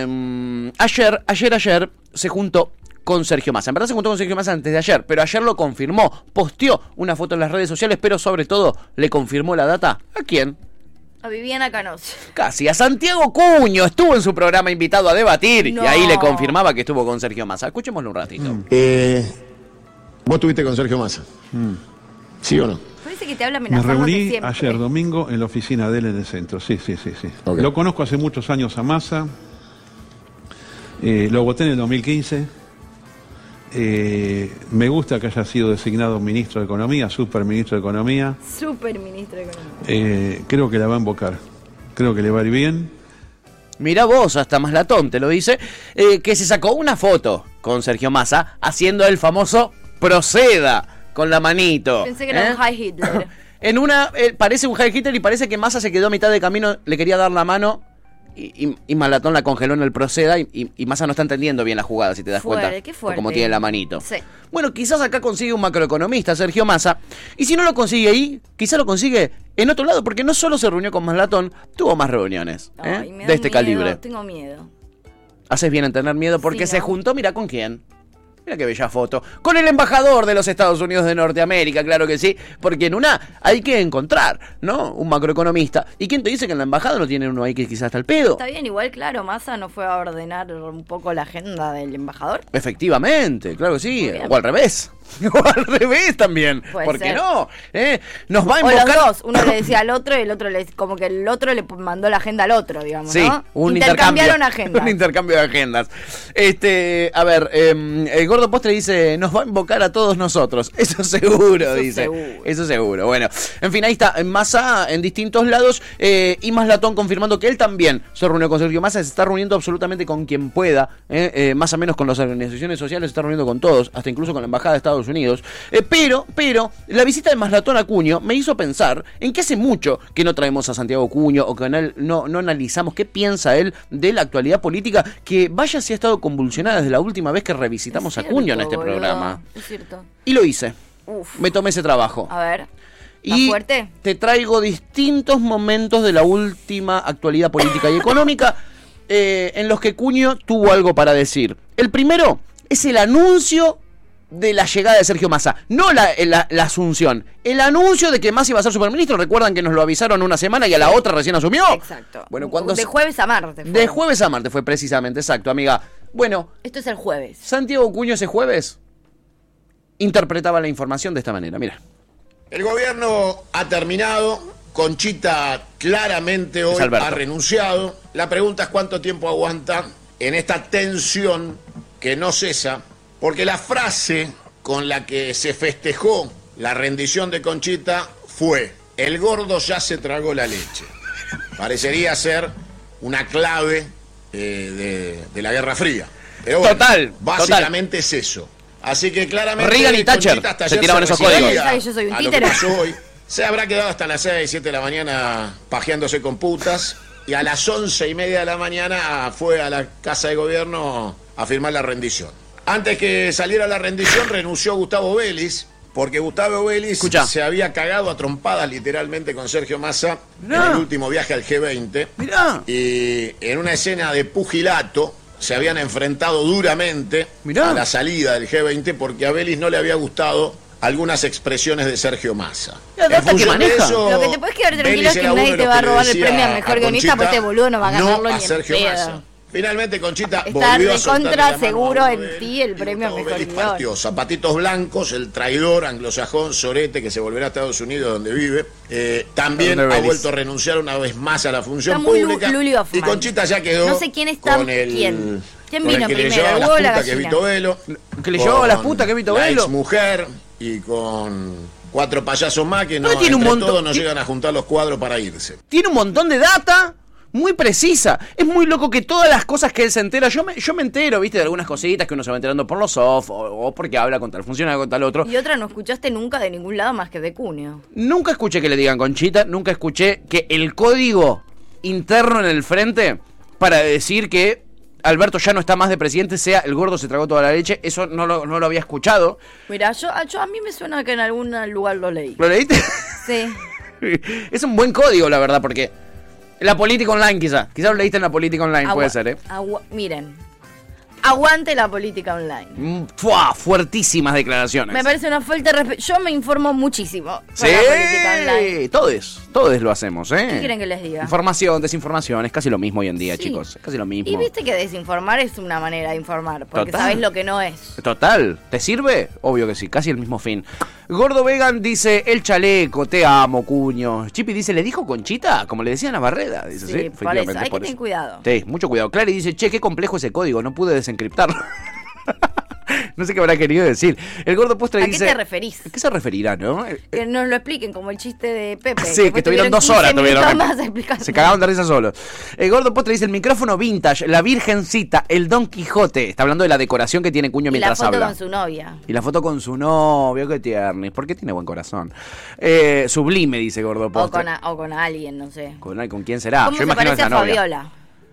Eh, ayer, ayer, ayer se juntó con Sergio Massa. En verdad se juntó con Sergio Massa antes de ayer, pero ayer lo confirmó. Posteó una foto en las redes sociales, pero sobre todo le confirmó la data. ¿A quién? A Viviana Canosa. Casi, a Santiago Cuño. Estuvo en su programa invitado a debatir no. y ahí le confirmaba que estuvo con Sergio Massa. Escuchémoslo un ratito. Mm. Eh, ¿Vos estuviste con Sergio Massa? Mm. ¿Sí o no? Parece que te habla Me amenazando reuní siempre. ayer domingo en la oficina de él en el centro. Sí, sí, sí. sí. Okay. Lo conozco hace muchos años a Massa. Eh, lo voté en el dos mil quince. Eh, me gusta que haya sido designado ministro de Economía, superministro de Economía. Superministro de Economía. Eh, creo que la va a invocar. Creo que le va a ir bien. Mirá vos, hasta Maslatón te lo dice, eh, que se sacó una foto con Sergio Massa haciendo el famoso proceda con la manito. Pensé que era ¿eh? un high Hitler. En una, eh, parece un high Hitler y parece que Massa se quedó a mitad de camino, le quería dar la mano y, y, y Maslatón la congeló en el proceda y, y, y Massa no está entendiendo bien la jugada, si te das fuerte, cuenta. Qué fuerte. Como tiene la manito. Sí. Bueno, quizás acá consigue un macroeconomista, Sergio Massa, y si no lo consigue ahí, quizás lo consigue en otro lado, porque no solo se reunió con Maslatón, tuvo más reuniones ¿eh? Ay, me da de este miedo, calibre. Tengo miedo. Haces bien en tener miedo porque sí, se no. juntó, mira con quién. Mira qué bella foto. Con el embajador de los Estados Unidos de Norteamérica, claro que sí. Porque en una hay que encontrar, ¿no? Un macroeconomista. ¿Y quién te dice que en la embajada no tiene uno ahí que quizás está al pedo? Está bien, igual, claro, Massa no fue a ordenar un poco la agenda del embajador. Efectivamente, claro que sí. O al revés. O al revés también. Puede ¿Por qué ser. no? ¿Eh? Nos va a O invocar... los dos, uno le decía al otro y el otro le como que el otro le mandó la agenda al otro, digamos, Sí, ¿no? un Intercambiaron intercambio. agendas. Un intercambio de agendas. Este, a ver, eh, el Gordo Postre dice, nos va a invocar a todos nosotros. Eso seguro, Eso dice. seguro. Eso seguro. Bueno, en fin, ahí está, Massa en distintos lados eh, y Maslatón confirmando que él también se reunió con Sergio Massa, se está reuniendo absolutamente con quien pueda, eh, eh, más o menos con las organizaciones sociales, se está reuniendo con todos, hasta incluso con la Embajada de Estados Unidos. Eh, pero, pero, la visita de Maslatón a Cuño me hizo pensar en que hace mucho que no traemos a Santiago Cuño o que no, no, no analizamos qué piensa él de la actualidad política, que vaya si ha estado convulsionada desde la última vez que revisitamos Es a Cuño cierto, en este boludo. programa. Es cierto. Y lo hice. Uf. Me tomé ese trabajo. A ver. Y fuerte? te traigo distintos momentos de la última actualidad política y económica eh, en los que Cuño tuvo algo para decir. El primero es el anuncio de la llegada de Sergio Massa, no la, la, la asunción, el anuncio de que Massa iba a ser superministro. Recuerdan que nos lo avisaron una semana y a la otra recién asumió. Exacto. Bueno, cuando de se... jueves a martes. Fue. De jueves a martes fue precisamente, exacto, amiga. Bueno. Esto es el jueves. Santiago Cuño ese jueves interpretaba la información de esta manera, mira. El gobierno ha terminado, Conchita claramente hoy ha renunciado. La pregunta es cuánto tiempo aguanta en esta tensión que no cesa, porque la frase con la que se festejó la rendición de Conchita fue: el gordo ya se tragó la leche. Parecería ser una clave eh, de, de la Guerra Fría. Pero bueno, total, básicamente total. es eso. Así que claramente Reagan y Thatcher se tiraban esos códigos. Yo soy un a lo que títere. pasó hoy. Se habrá quedado hasta las seis, siete de la mañana pajeándose con putas, y a las once y media de la mañana fue a la Casa de Gobierno a firmar la rendición. Antes que saliera la rendición renunció Gustavo Vélez, porque Gustavo Vélez Escuchá. se había cagado a trompadas literalmente con Sergio Massa Mirá. en el último viaje al G veinte. Mirá. Y en una escena de pugilato se habían enfrentado duramente Mirá. a la salida del G veinte porque a Vélez no le había gustado algunas expresiones de Sergio Massa. La data En función que de maneja. eso, Lo que te puedes quedar tranquilo Vélez es que era uno nadie de te los va a que le robar el decía premio a mejor guionista, Conchita, porque este boludo no va a ganarlo no ni a en Sergio pedo. Massa. Finalmente Conchita Está volvió a soltarle recontra la mano seguro a en Vélez, ti el premio a Gustavo mejor Vélez guion. partió zapatitos blancos, el traidor anglosajón Sorete que se volverá a Estados Unidos donde vive. Eh, también ¿Dónde ha Vélez? vuelto a renunciar una vez más a la función Está muy pública. Lu- Luli Hoffman. Y Conchita ya quedó No sé quién está- con el, quién. ¿Quién con vino el que le primero, llevaba el las huevo o la putas, que gallina? Vito Velo. Que le llevaba con las putas, que Vito la Velo. ex mujer y con cuatro payasos más que no, No, tiene un entre montón- todos no tiene- llegan a juntar los cuadros para irse. Tiene un montón de data muy precisa. Es muy loco que todas las cosas que él se entera, yo me, yo me entero, viste, de algunas cositas que uno se va enterando por los off o, o porque habla con tal funcionario, con tal otro. Y otra no escuchaste nunca de ningún lado más que de Cuneo. Nunca escuché que le digan Conchita, nunca escuché que el código interno en el frente para decir que Alberto ya no está más de presidente sea el gordo se tragó toda la leche. Eso no lo, no lo había escuchado. Mira, yo, yo a mí me suena que en algún lugar lo leí. ¿Lo leíste? Sí. Es un buen código, la verdad, porque la política online quizá. Quizá lo leíste en la política online, Agua- puede ser, ¿eh? agua- miren, aguante la política online. Mm, ¡fua! Fuertísimas declaraciones. Me parece una falta de respeto. Yo me informo muchísimo Sí, con la política online. todos, todos lo hacemos, ¿eh? ¿Qué quieren que les diga? Información, desinformación, es casi lo mismo hoy en día, Sí. chicos. Es casi lo mismo. Y viste que desinformar es una manera de informar, porque Total. sabes lo que no es. Total, ¿te sirve? Obvio que sí, casi el mismo fin. Gordo Vegan dice, el chaleco, te amo, cuño. Chipi dice, ¿le dijo Conchita? Como le decían a Barreda. Dice, sí, Sí, por eso, efectivamente, hay que por tener eso. cuidado. Sí, mucho cuidado. Clary dice, che, qué complejo ese código, no pude desencriptarlo. No sé qué habrá querido decir. El gordo postre ¿A qué dice... te referís? ¿A qué se referirá, no? Que nos lo expliquen, como el chiste de Pepe. Sí, Después que tuvieron dos quince horas. Tuvieron minutos más explicando. Se cagaban de risa solos. El gordo postre dice, el micrófono vintage, la virgencita, el Don Quijote. Está hablando de la decoración que tiene Cuño Y la mientras foto habla. con su novia. Y la foto con su novio, qué tiernis. ¿Por qué tiene buen corazón? Eh, sublime, dice Gordo O Postre. con, a- o con alguien, no sé. ¿Con, ¿Con quién será? ¿Cómo Yo se imagino parece a esa novia. Fabiola?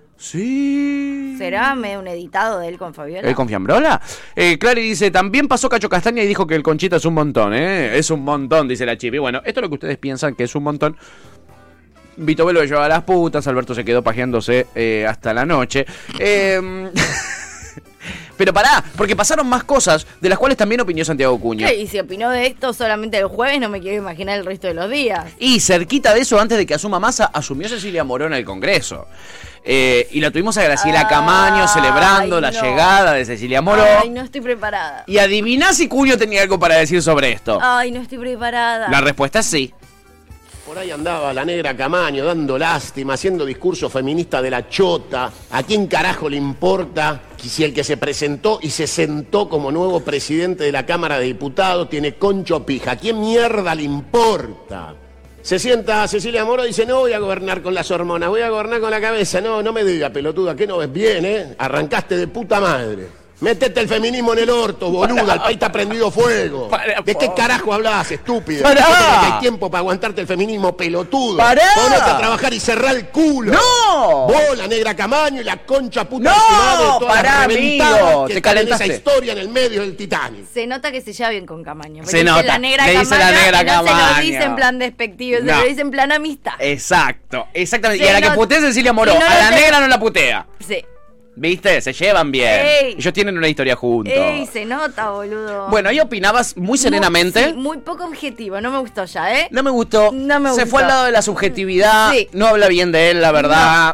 Sí. ¿Será medio un editado de él con Fabiola? ¿El con Fiambrola? Eh, Clary dice, también pasó Cacho Castaña y dijo que el Conchita es un montón, ¿eh? Es un montón, dice la Chipi. Bueno, esto es lo que ustedes piensan que es un montón. Vito Velo llevaba a las putas, Alberto se quedó pajeándose eh, hasta la noche. Eh... Pero pará, porque pasaron más cosas de las cuales también opinó Santiago Cuño. ¿Qué? Y si opinó de esto solamente el jueves, no me quiero imaginar el resto de los días. Y cerquita de eso, antes de que asuma Massa, asumió Cecilia Morón al Congreso. Eh, y la tuvimos a Graciela Camaño celebrando Ay, la no. llegada de Cecilia Morón. Ay, no estoy preparada. Y adiviná si Cuño tenía algo para decir sobre esto. Ay, no estoy preparada. La respuesta es sí. Por ahí andaba la negra Camaño dando lástima, haciendo discurso feminista de la chota. ¿A quién carajo le importa si el que se presentó y se sentó como nuevo presidente de la Cámara de Diputados tiene concho o pija? ¿A quién mierda le importa? Se sienta Cecilia Moro y dice, no voy a gobernar con las hormonas, voy a gobernar con la cabeza. No, no me diga, pelotuda, que no ves bien, ¿eh? Arrancaste de puta madre. Métete el feminismo en el orto, boluda, el país está prendido fuego. Para, ¿De qué carajo hablas, estúpida? Pará. ¿Vos crees que hay tiempo para aguantarte el feminismo, pelotudo? Pará. Ponete a trabajar y cerrar el culo. ¡No! Vos, la negra Camaño y la concha puta ¡No! de su madre, todas Pará, las reventadas amigo, que te están en esa calentaste. historia en el medio del Titanic. Se nota que se lleva bien con Camaño. Se Le dice nota, La negra le dice la Camaño, negra y no se Camaño. lo dice en plan despectivo, se No. lo dice en plan amistad. Exacto, exactamente. Se y a la que nota- putea es Cecilia Moró, y no a lo la te- negra no la putea. Sí. ¿Viste? Se llevan bien. Ey. Ellos tienen una historia juntos. Ey, se nota, boludo. Bueno, ahí opinabas muy serenamente. Muy, sí, muy poco objetivo, no me gustó ya, ¿eh? No me gustó. No me Se gustó. fue al lado de la subjetividad. Sí. No habla bien de él, la verdad.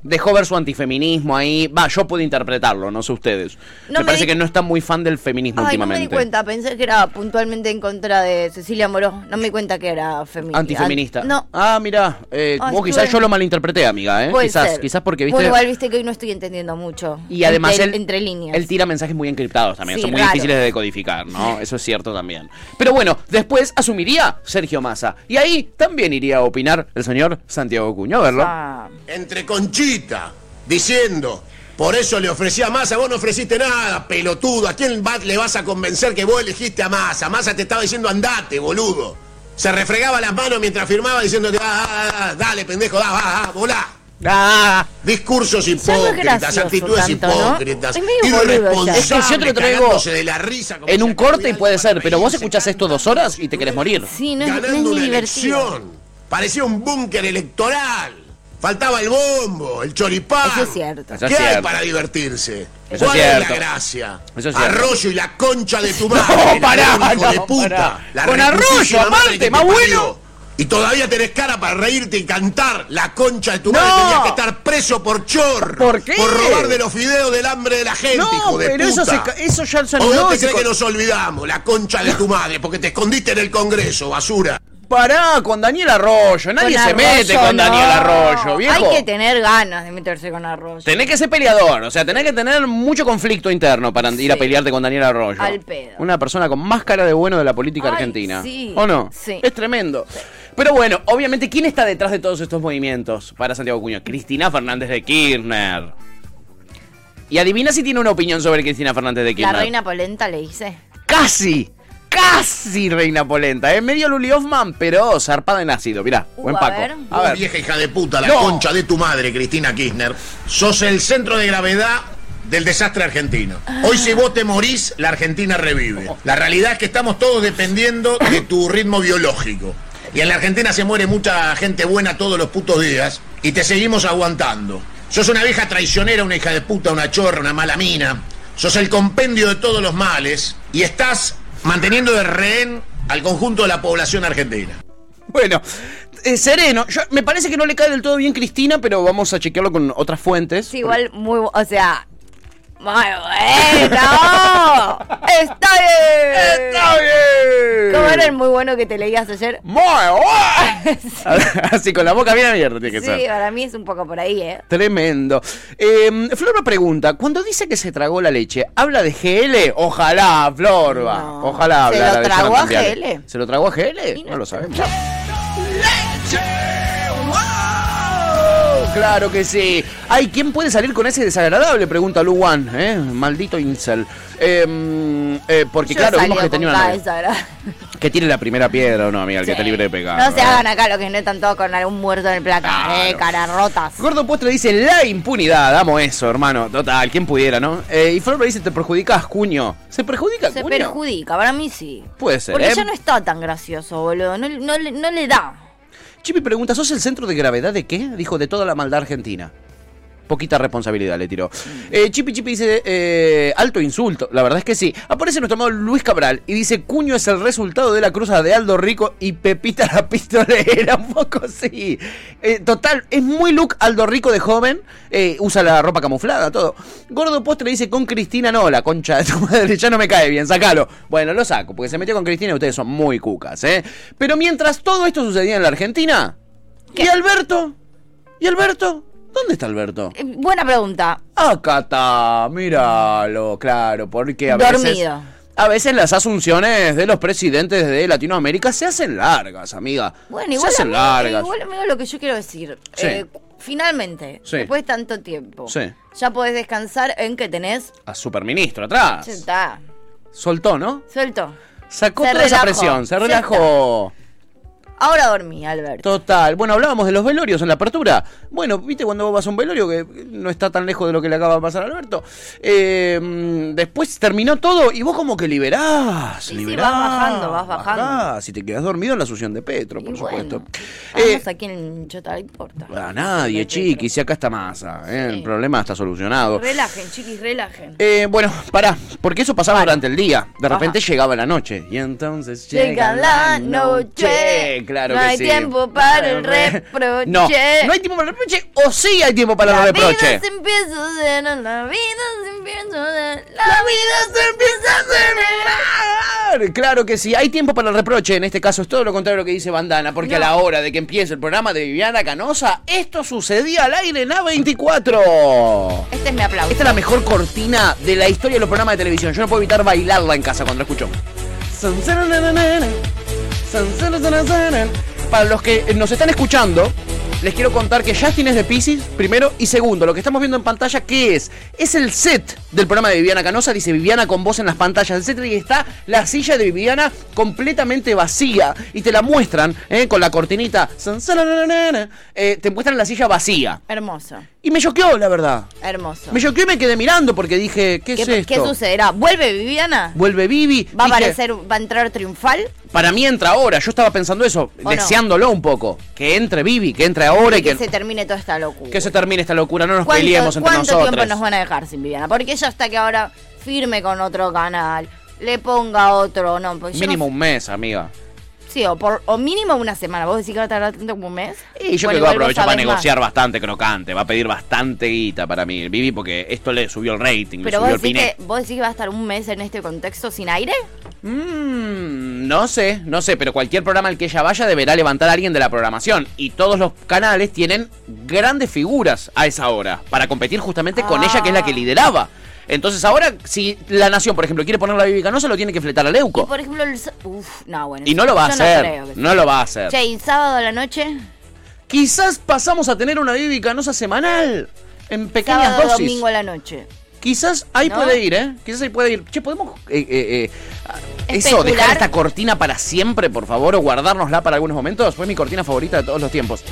dejó ver su antifeminismo ahí. Va, yo puedo interpretarlo, no sé ustedes. No me, me parece di- que no está muy fan del feminismo Ay, no últimamente. me di cuenta, pensé que era puntualmente en contra de Cecilia Moró. No me di cuenta que era feminista. Antifeminista. No. Ah, mira, eh, Ay, vos quizás estuve- yo lo malinterpreté, amiga, ¿eh? Puede Quizás, ser. quizás porque viste. Bueno, igual viste que hoy no estoy entendiendo mucho. Y además entre, él, entre líneas. él tira mensajes muy encriptados también, Sí, son muy raro. difíciles de decodificar, ¿no? Eso es cierto también. Pero bueno, después asumiría Sergio Massa. Y ahí también iría a opinar el señor Santiago Cuño, a verlo. Ah. Entre Conchita, diciendo, por eso le ofrecí a Massa, vos no ofreciste nada, pelotudo, ¿a quién va- le vas a convencer que vos elegiste a Massa? Massa te estaba diciendo andate, boludo. Se refregaba las manos mientras firmaba diciéndote, ah, ah, ah, dale, pendejo, da, va, ah, volá. Ah. Discursos Ya no es hipócritas, gracioso actitudes tanto, ¿no? hipócritas, Es medio boludo ya. irresponsables, Es que si yo te lo traigo cagándose de la risa como en si un acá corte hubiera puede algo ser, para pero vos reírse, escuchás esto dos horas y te querés morir. Sí, no es, no es ganando ni una divertido. elección. Parecía un búnker electoral. Faltaba el bombo, el choripán. Eso es cierto. Eso ¿Qué es hay cierto. para divertirse? Eso ¿Cuál es es, cierto. la gracia? Eso es cierto. Arroyo y la concha de tu madre. No, pará, ladrón, hijo no, de puta. pará. La Con reputísima Arroyo, madre aparte, que te más parió. bueno. Y todavía tenés cara para reírte y cantar la concha de tu No. madre. Tenías que estar preso por chorro. ¿Por qué? Por robar de los fideos del hambre de la gente, No, hijo de pero puta. eso, se ca- eso ya se ¿O anuló. no te se crees co- que nos olvidamos? La concha de tu madre, porque te escondiste en el Congreso, basura. Pará, con Daniel Arroyo. Nadie Con se mete Arroyo, con no. Daniel Arroyo, viejo. Hay que tener ganas de meterse con Arroyo. Tenés que ser peleador, o sea, tenés que tener mucho conflicto interno para ir a Sí. pelearte con Daniel Arroyo. Al pedo. Una persona con más cara de bueno de la política Ay, argentina. sí. ¿O no? Sí. Es tremendo. Pero bueno, obviamente, ¿quién está detrás de todos estos movimientos para Santiago Cuño? Cristina Fernández de Kirchner. Y adivina si tiene una opinión sobre Cristina Fernández de La Kirchner. reina polenta le hice. ¡Casi! ¡Casi reina polenta! Es medio Luli Hoffman, pero zarpada en ácido. Mirá, Uh, buen a Paco. ver. A Vos, ver. vieja hija de puta, la No. concha de tu madre, Cristina Kirchner, sos el centro de gravedad del desastre argentino. Hoy si vos te morís, la Argentina revive. La realidad es que estamos todos dependiendo de tu ritmo biológico. Y en la Argentina se muere mucha gente buena todos los putos días y te seguimos aguantando. Sos una vieja traicionera, una hija de puta, una chorra, una mala mina. Sos el compendio de todos los males y estás manteniendo de rehén al conjunto de la población argentina. Bueno, eh, sereno. Yo- me parece que no le cae del todo bien Cristina, pero vamos a chequearlo con otras fuentes. Sí, igual muy... bu- O sea... Muy bueno. Está bien. ¡Está bien! ¿Cómo era el muy bueno que te leías ayer? ¡Muy bueno! Así con la boca bien abierta tiene que Sí, ser. para mí es un poco por ahí, ¿eh? Tremendo. Eh, Florba pregunta, cuando dice que se tragó la leche, ¿habla de G L? Ojalá, Florba. No. Ojalá ¿Se hablara lo de tragó Jonathan a Viale. G L? ¿Se lo tragó a G L? Y no No lo sé. sabemos. Claro que sí. Ay, ¿quién puede salir con ese desagradable? Pregunta Luwan, ¿eh? Maldito incel. Eh, eh, porque Yo claro, salí vimos que con tenía una cada novia. desagradable. Que tiene la primera piedra o no, amiga, el que Sí. está libre de pecado. No se ¿eh? hagan acá los que no están todos con algún muerto en el placar, Claro. eh, caras rotas. Gordo Postre dice la impunidad, amo eso, hermano. Total, quién pudiera, ¿no? Eh, y Flor dice, te perjudicas, Cuño. ¿Se perjudica, Se Cuño? perjudica, para mí sí. Puede ser, Porque ¿eh? ya no está tan gracioso, boludo. No, no, le- no le da. Chipi pregunta, ¿sos el centro de gravedad de qué? Dijo, de toda la maldad argentina. Poquita responsabilidad le tiró. Eh, Chipi Chipi dice, eh, alto insulto. La verdad es que sí. Aparece nuestro amado Luis Cabral y dice, Cuño es el resultado de la cruza de Aldo Rico y Pepita la pistolera. Un poco sí. Eh, total, es muy look Aldo Rico de joven. Eh, usa la ropa camuflada, todo. Gordo Postre dice, con Cristina no, la concha de tu madre, ya no me cae bien, sacalo. Bueno, lo saco, porque se metió con Cristina y ustedes son muy cucas, ¿eh? Pero mientras todo esto sucedía en la Argentina, ¿y Alberto? ¿Y Alberto? ¿Dónde está Alberto? Eh, buena pregunta. Acá está, míralo, claro, porque a veces... Dormido. A veces las asunciones de los presidentes de Latinoamérica se hacen largas, amiga. Bueno, se igual, hacen amigo, largas. igual, amigo, lo que yo quiero decir. Sí. Eh, finalmente, Sí. después de tanto tiempo, Sí. ya podés descansar en que tenés... A superministro atrás. Ya está, Soltó, ¿no? suelto. Sacó Se toda esa relajó. presión, se Ya relajó. Ahora dormí, Alberto. Total. Bueno, hablábamos de los velorios en la apertura. Bueno, viste cuando vos vas a un velorio que no está tan lejos de lo que le acaba de pasar a Alberto. Eh, mm, después terminó todo y vos como que liberás, Sí, sí, liberás. vas bajando, vas bajando. bajás. Si te quedas dormido en la succión de Petro, por Y supuesto. bueno, Eh, vamos a quién chota le importa. a nadie, chiqui, si acá está Massa. ¿eh? El problema está solucionado. Relajen, chiquis, relajen. Eh, bueno, pará, porque eso pasaba durante el día. De repente Ajá. llegaba la noche. Y entonces Llega la noche. claro no que hay sí. tiempo para el reproche. No, no hay tiempo para el reproche o sí hay tiempo para la el reproche. La vida se empieza a hacer, la vida se empieza a hacer, la vida se empieza a hacer. Claro que sí, hay tiempo para el reproche. En este caso es todo lo contrario a lo que dice Bandana, porque No. a la hora de que empiece el programa de Viviana Canosa, esto sucedía al aire en A veinticuatro. Este es mi aplauso. Esta es la mejor cortina de la historia de los programas de televisión. Yo no puedo evitar bailarla en casa cuando la escucho. Para los que nos están escuchando, les quiero contar que Justin es de Piscis, primero, y segundo, lo que estamos viendo en pantalla, ¿qué es? Es el set del programa de Viviana Canosa, dice Viviana con voz en las pantallas, el set, y está la silla de Viviana completamente vacía, y te la muestran, ¿eh? Con la cortinita, eh, te muestran la silla vacía. Hermoso. Y me choqueó, la verdad. Hermoso. Me choqueó y me quedé mirando porque dije, ¿qué, ¿Qué, es esto? ¿Qué sucederá? ¿Vuelve Viviana? Vuelve Vivi. ¿Va a Dije, aparecer, va a entrar triunfal? Para mí entra ahora, yo estaba pensando eso, ¿O deseándolo un poco. Que entre Vivi, que entre ahora y, Y que, que, se termine toda esta locura. que se termine esta locura, no nos ¿Cuánto, peleemos entre ¿Cuánto nosotros. tiempo nos van a dejar sin Viviana? Porque ella está que ahora firme con otro canal, le ponga otro, no, pues yo Mínimo no- un mes, amiga. Sí, o, por, o mínimo una semana. ¿Vos decís que va a tardar tanto como un mes? Y yo creo Bueno, que va a igual vos aprovechar para sabés negociar más. bastante crocante, va a pedir bastante guita para mí, Vivi, porque esto le subió el rating, le Pero subió vos el decís, piné. que, vos decís que va a estar un mes en este contexto sin aire. Mm, no sé, no sé, pero cualquier programa al que ella vaya deberá levantar a alguien de la programación. Y todos los canales tienen grandes figuras a esa hora para competir justamente con Ah. ella, que es la que lideraba. Entonces ahora, si La Nación, por ejemplo, quiere ponerla a Vivi Canosa, lo tiene que fletar a Y Leuco. por ejemplo, el... sa- Uf, no, bueno. Y no lo va a yo hacer, No, creo que no sí. lo va a hacer. Che, ¿y sábado a la noche? Quizás pasamos a tener una Vivi Canosa semanal, en pequeñas Sábado, dosis. domingo a la noche. Quizás ahí ¿No? puede ir, ¿eh? Quizás ahí puede ir. Che, ¿podemos eh, eh, eh, eso, Especular. dejar esta cortina para siempre, por favor, o guardárnosla para algunos momentos? Fue mi cortina favorita de todos los tiempos.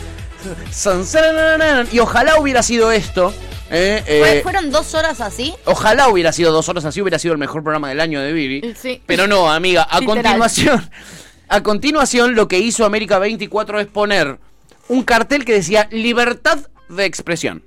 Y ojalá hubiera sido esto. eh, eh, Fue- ¿Fueron dos horas así? Ojalá hubiera sido dos horas así, hubiera sido el mejor programa del año de Vivi. Sí. Pero no, amiga, a Literal. continuación, a continuación lo que hizo América veinticuatro es poner un cartel que decía libertad de expresión.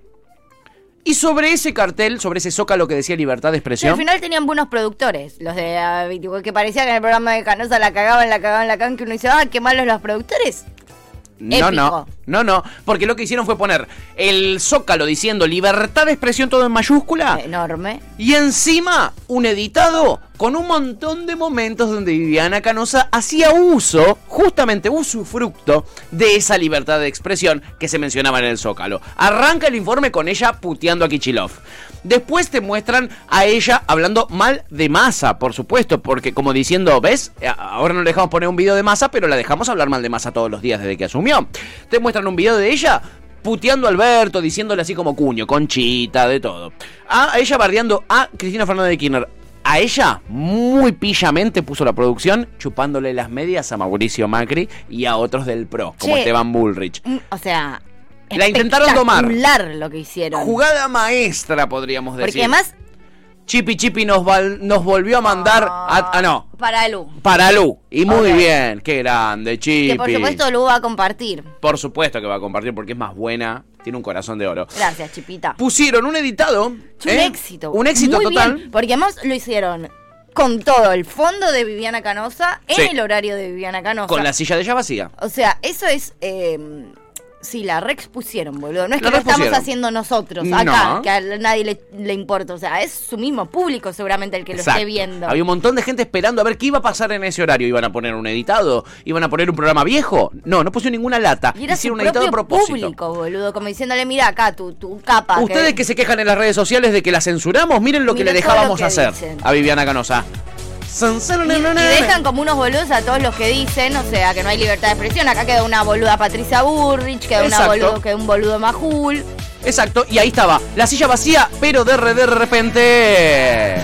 Y sobre ese cartel, sobre ese zócalo que decía libertad de Pero expresión, al final tenían buenos productores. Los de A veinticuatro, que parecía que en el programa de Canosa la cagaban, la cagaban, la cagaban, que uno dice, ah, qué malos los productores. no, épico. no, no, no, porque lo que hicieron fue poner el zócalo diciendo libertad de expresión todo en mayúscula. Enorme. Y encima, un editado con un montón de momentos donde Viviana Canosa hacía uso, justamente usufructo, de esa libertad de expresión que se mencionaba en el Zócalo. Arranca el informe con ella puteando a Kichilov. Después te muestran a ella hablando mal de Massa, por supuesto, porque como diciendo, ¿ves? Ahora no le dejamos poner un video de Massa, pero la dejamos hablar mal de Massa todos los días desde que asumió. Te muestran un video de ella puteando a Alberto, diciéndole así como cuño, conchita, de todo. A ella bardeando a Cristina Fernández de Kirchner. A ella, muy pillamente puso la producción, chupándole las medias a Mauricio Macri y a otros del PRO, como Che. Esteban Bullrich. Mm, O sea, La intentaron domar. espectacular lo que hicieron. Jugada maestra, podríamos decir. Porque además, Chipi Chipi nos, val- nos volvió a mandar a... Ah, no. para Lu. Para Lu. Y muy Ok. bien. Qué grande, Chipi. Que por supuesto Lu va a compartir. Por supuesto que va a compartir porque es más buena. Tiene un corazón de oro. Gracias, Chipita. Pusieron un editado. Es un ¿eh? éxito. Un éxito Muy total. bien, porque además lo hicieron con todo el fondo de Viviana Canosa, en Sí. el horario de Viviana Canosa. Con la silla de ella vacía. O sea, eso es... Eh, sí, la reexpusieron, boludo. No es que La lo estamos reexpusieron. haciendo nosotros acá, No. que a nadie le, le importa. O sea, es su mismo público seguramente el que lo Exacto. esté viendo. Había un montón de gente esperando a ver qué iba a pasar en ese horario. ¿Iban a poner un editado? ¿Iban a poner un programa viejo? No, no pusieron ninguna lata. Y era su Hicieron un editado a propio propósito. público, boludo. Como diciéndole, mira acá, tu, tu capa. Ustedes que se quejan en las redes sociales de que la censuramos, miren lo que Miren le todo lo dejábamos que hacer dicen. a Viviana Canosa. Y, y dejan como unos boludos a todos los que dicen, o sea, que no hay libertad de expresión. Acá queda una boluda Patricia Burrich, queda, una Exacto. boludo, queda un boludo Majul. Exacto, y ahí estaba, la silla vacía, pero de, re- de repente...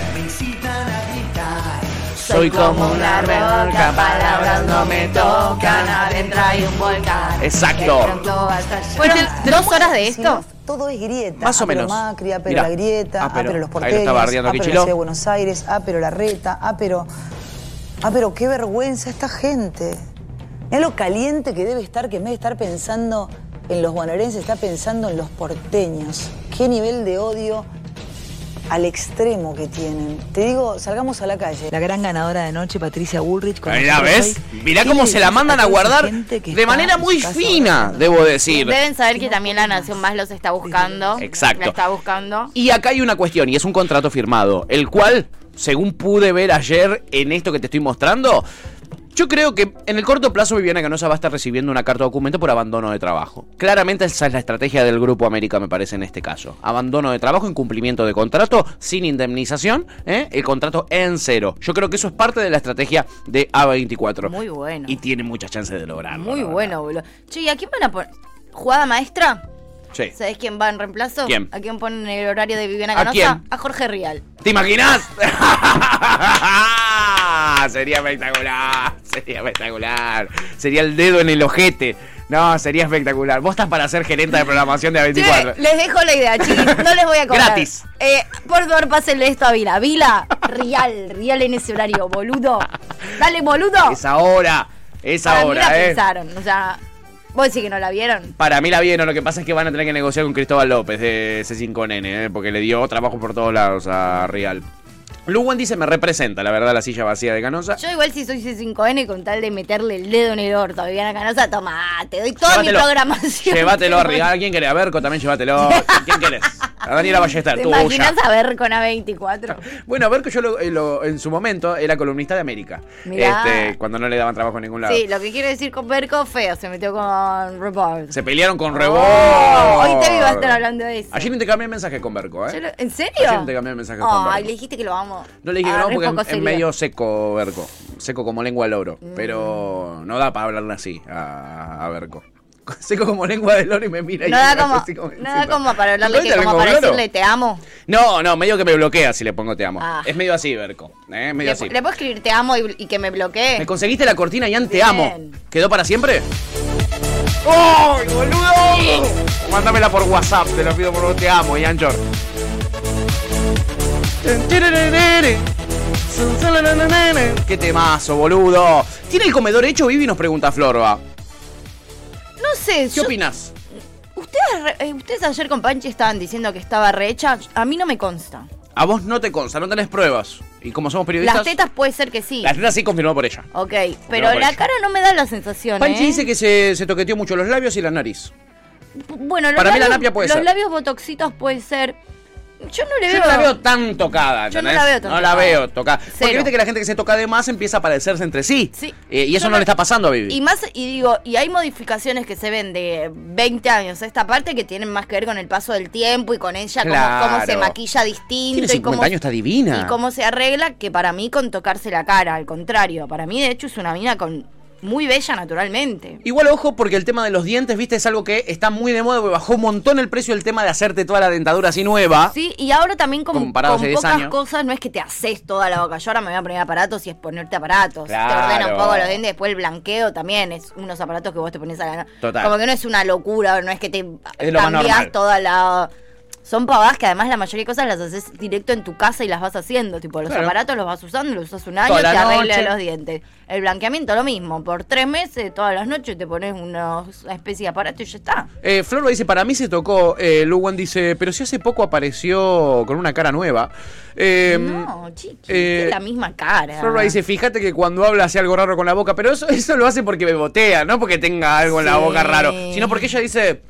Soy como una roca, palabras no me tocan, adentro hay un volcán. Exacto. Fueron dos horas de esto. Todo es grieta. Más o Ah, pero menos. Macri, ah, pero Mirá. la grieta, Ah, ah, pero- pero, los ahí lo porteños, está bardeando ah, pero la Kicillof. ciudad de Buenos Aires, ah, pero la reta, ah, pero... Ah, pero qué vergüenza esta gente. Mirá lo caliente que debe estar, que en vez de estar pensando en los bonaerenses, está pensando en los porteños. Qué nivel de odio al extremo que tienen. Te digo, salgamos a la calle. La gran ganadora de noche, Patricia Bullrich. Con ¿La ves? Mirá cómo se la mandan a guardar de manera muy fina, debo decir. Deben saber que también la Nación Más los está buscando. Exacto. La está buscando. Y acá hay una cuestión, y es un contrato firmado, el cual, según pude ver ayer en esto que te estoy mostrando, yo creo que en el corto plazo Viviana Canosa va a estar recibiendo una carta documento por abandono de trabajo. Claramente esa es la estrategia del Grupo América, me parece, en este caso. Abandono de trabajo, incumplimiento de contrato, sin indemnización, ¿eh? El contrato en cero. Yo creo que eso es parte de la estrategia de A veinticuatro. Muy bueno. Y tiene muchas chances de lograrlo. Muy bueno, boludo. Che, ¿y a quién van a poner? ¿Jugada maestra? Sí. ¿Sabés quién va en reemplazo? ¿Quién? ¿A quién ponen en el horario de Viviana ¿A Canosa? quién? A Jorge Rial. ¿Te imaginas? Sería espectacular, sería espectacular. Sería el dedo en el ojete. No, sería espectacular. Vos estás para ser gerente de programación de A veinticuatro. Che, les dejo la idea, chiquis. No les voy a cobrar. Gratis. Eh, por favor, pásenle esto a Vila. Vila, Rial, Rial en ese horario, boludo. Dale, boludo. Es ahora, es Para ahora, mí la eh. pensaron, o sea... ¿Vos decís que no la vieron? Para mí la vieron, lo que pasa es que van a tener que negociar con Cristóbal López de C cinco N, ¿eh? Porque le dio trabajo por todos lados a Rial. Luwan dice, me representa, la verdad, la silla vacía de Canosa. Yo igual si soy C cinco N con tal de meterle el dedo en el orto a Viviana Canosa, toma, te doy toda Llévatelo. mi programación. Llévatelo a Rial. ¿Quién querés? A Berco también llévatelo. ¿Quién querés? A Daniela Ballester, ¿Te tuya. imaginas a ver con A veinticuatro? Bueno, Berco yo lo, eh, lo- en su momento era columnista de América. Mirá. Este, cuando no le daban trabajo en ningún lado. Sí, lo que quiero decir con Berco, feo, se metió con Report. Se pelearon con Rebord. Oh, hoy te iba a estar hablando de eso. Ayer intercambié mensaje con Berco, ¿eh? Yo lo- ¿En serio? Ayer intercambié mensaje con Ay, Berco. le dijiste que lo amo. No le dije que Ah, no re porque poco es, es serio. medio seco Berco. Seco como lengua de loro. Mm. Pero no da para hablarle así a, a Berco. Seco como lengua de loro y me mira y No me da hace como, así como no encima. da como para hablarle ¿No que te como lengua para de loro? decirle te amo. No, no, medio que me bloquea si le pongo te amo. Ah. Es medio así, Berco. ¿eh? Medio Le, así. le puedo escribir te amo y, y que me bloquee. ¿Me conseguiste la cortina Ian te Bien. amo? ¿Quedó para siempre? ¡Ay, boludo! Mándamela por WhatsApp, te lo pido por te amo, Ian Chor. ¡Qué temazo, boludo! ¿Tiene el comedor hecho, Vivi? Nos pregunta Florba. No sé. ¿Qué yo- opinas? Ustedes, re- eh, ustedes ayer con Panchi estaban diciendo que estaba rehecha. A mí no me consta. A vos no te consta, no tenés pruebas. Y como somos periodistas... Las tetas puede ser que sí. Las tetas sí confirmó por ella. Ok, pero por la ella. cara no me da la sensación, Panchi ¿eh? dice que se, se toqueteó mucho los labios y la nariz. Bueno, los Para mí la labios- napia puede los ser. labios botoxitos puede ser. Yo no le Yo veo. no la veo tan tocada, Yo no ¿entendés? la veo tan No la tocada. veo tocada. Porque Cero. viste que la gente que se toca de más empieza a parecerse entre sí. Sí. Eh, y eso Yo no no- le está pasando a Vivi. Y más, y digo, y hay modificaciones que se ven de veinte años a esta parte que tienen más que ver con el paso del tiempo y con ella, cómo- Claro. cómo, se maquilla distinto Tiene y cincuenta cómo, años, está divina. y cómo se arregla, que para mí con tocarse la cara, al contrario, para mí de hecho es una mina con muy bella naturalmente. Igual ojo porque el tema de los dientes, viste, es algo que está muy de moda, porque bajó un montón el precio del tema de hacerte toda la dentadura así nueva. Sí, y ahora también con, Comparado con hace diez pocas años. cosas, no es que te haces toda la boca. Yo ahora me voy a poner aparatos y es ponerte aparatos. Claro. Te ordena un poco los dientes, después el blanqueo también es unos aparatos que vos te pones a la... Total. Como que no es una locura, no es que te Es lo más normal. cambias toda la... Son pavadas que además la mayoría de cosas las haces directo en tu casa y las vas haciendo. Tipo, los Claro. aparatos los vas usando, los usas un año, Toda te la arreglas noche. los dientes. El blanqueamiento lo mismo. Por tres meses, todas las noches te pones una especie de aparato y ya está. Eh, Florba dice, para mí se tocó, eh, Luwan dice, pero si hace poco apareció con una cara nueva. Eh, No, chiqui, eh, es la misma cara. Florba dice, fíjate que cuando habla hace algo raro con la boca, pero eso, eso lo hace porque bebotea, no porque tenga algo en la Sí. boca raro, sino porque ella dice,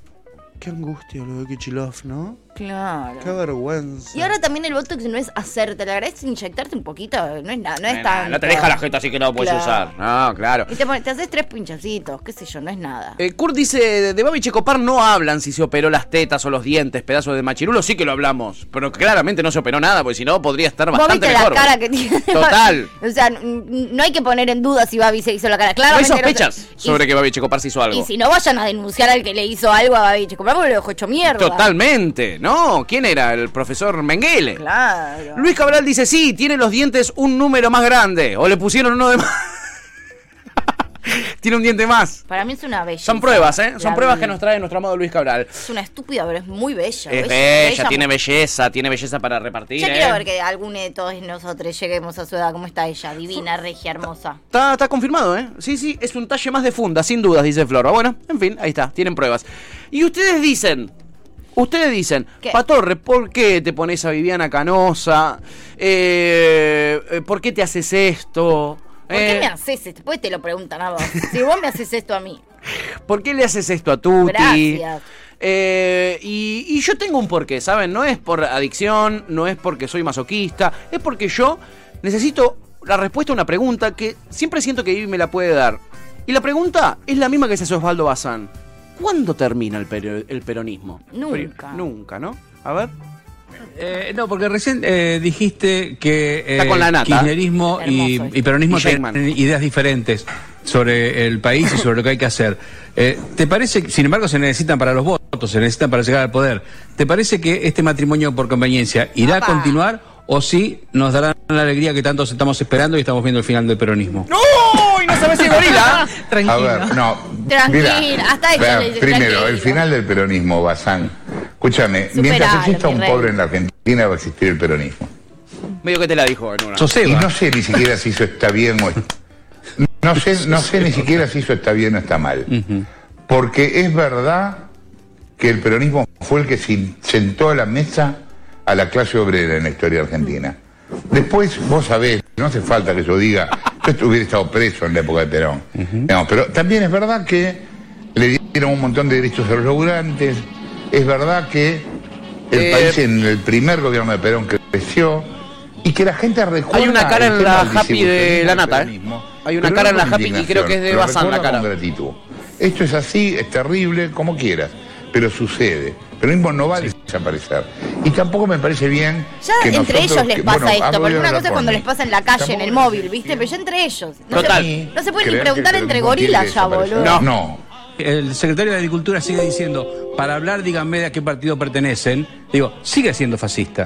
qué angustia lo de Kichilov, ¿no? Claro. Qué vergüenza. Y ahora también el Botox no es hacerte, la verdad es inyectarte un poquito, no es nada, no es Nah, tan. no te deja la jeta así que no lo puedes Claro. usar. No, claro. Y te, pones- te haces tres pinchacitos, qué sé yo, no es nada. Eh, Kurt dice, de Babi Checopar no hablan si se operó las tetas o los dientes, pedazos de machirulo, sí que lo hablamos. Pero claramente no se operó nada, porque si no podría estar Vos bastante viste mejor. la cara que tiene. Total. O sea, n- no hay que poner en duda si Babi se hizo la cara. No hay Claramente no se- sospechas y- sobre que Babi Checopar se hizo algo. Y si no vayan a denunciar al que le hizo algo a Babi Checopar porque lo dejó hecho mierda. Totalmente, ¿no? ¿Quién era? El profesor Mengele. Claro. Luis Cabral dice, sí, tiene los dientes un número más grande. O le pusieron uno de más. Tiene un diente más. Para mí es una bella. Son pruebas, ¿eh? Son pruebas que nos trae nuestro amado Luis Cabral. Es una estúpida, pero es muy bella. Es bella, tiene belleza, tiene belleza para repartir. Ya ¿eh? quiero ver que alguno de todos nosotros lleguemos a su edad. ¿Cómo está ella? Divina, regia, hermosa. Está, está confirmado, ¿eh? Sí, sí, es un talle más de funda, sin dudas, dice Flora. Bueno, en fin, ahí está, tienen pruebas. Y ustedes dicen, Ustedes dicen, ¿Qué? Patorre, ¿por qué te pones a Viviana Canosa? Eh, ¿Por qué te haces esto? ¿Por Eh, qué me haces esto? Después te lo preguntan a vos. Si vos me haces esto a mí. ¿Por qué le haces esto a Tuti? Gracias. Eh, y, y yo tengo un porqué, ¿saben? No es por adicción, no es porque soy masoquista, es porque yo necesito la respuesta a una pregunta que siempre siento que Vivi me la puede dar. Y la pregunta es la misma que se hace Osvaldo Bazán. ¿Cuándo termina el, peri- el peronismo? Nunca. Pero- nunca, ¿no? A ver. Eh, no, porque recién eh, dijiste que eh, Está con la nata. kirchnerismo y, Hermoso. y peronismo Y Sheikman. tienen ideas diferentes sobre el país y sobre lo que hay que hacer. Eh, ¿Te parece, sin embargo, se necesitan para los votos, se necesitan para llegar al poder? ¿Te parece que este matrimonio por conveniencia irá Papá. a continuar o sí nos darán la alegría que tantos estamos esperando y estamos viendo el final del peronismo? ¡No! Y no sabes si es gorila. A ver, no. Tranquila, mira, hasta eso vea, le dice, primero, tranquilo. el final del peronismo, Bazán. Escúchame, Superalo, mientras exista mi un rey. pobre en la Argentina va a existir el peronismo. Medio que te la dijo en una. Y no sé ni siquiera si eso está bien o no sé, no sé ni siquiera si eso está bien o está mal. Porque es verdad que el peronismo fue el que sin- sentó a la mesa a la clase obrera en la historia argentina. Después, vos sabés, no hace falta que yo diga, yo hubiera estado preso en la época de Perón. No, pero también es verdad que le dieron un montón de derechos a los laburantes, es verdad que el Eh, país en el primer gobierno de Perón creció y que la gente recuerda... Hay una cara el en tema la del happy de distribucionismo la del nata, ¿eh? peronismo, Hay una pero cara no en la con happy y creo que es de indignación, Bazán lo la recuerda cara. con gratitud. Esto es así, es terrible, como quieras, pero sucede. El peronismo no va a desaparecer. Y tampoco me parece bien Ya que entre nosotros, ellos les que- pasa bueno, esto, hablo porque de una hablar cosa es por cuando mí. les pasa en la calle, en el móvil, ¿viste? Pero ya entre ellos. No Total. Se, no se puede ni Creer preguntar que el entre peronismo tiene gorilas que ya, desaparecer. boludo. No. El secretario de Agricultura sigue diciendo, para hablar díganme de a qué partido pertenecen. Digo, sigue siendo fascista.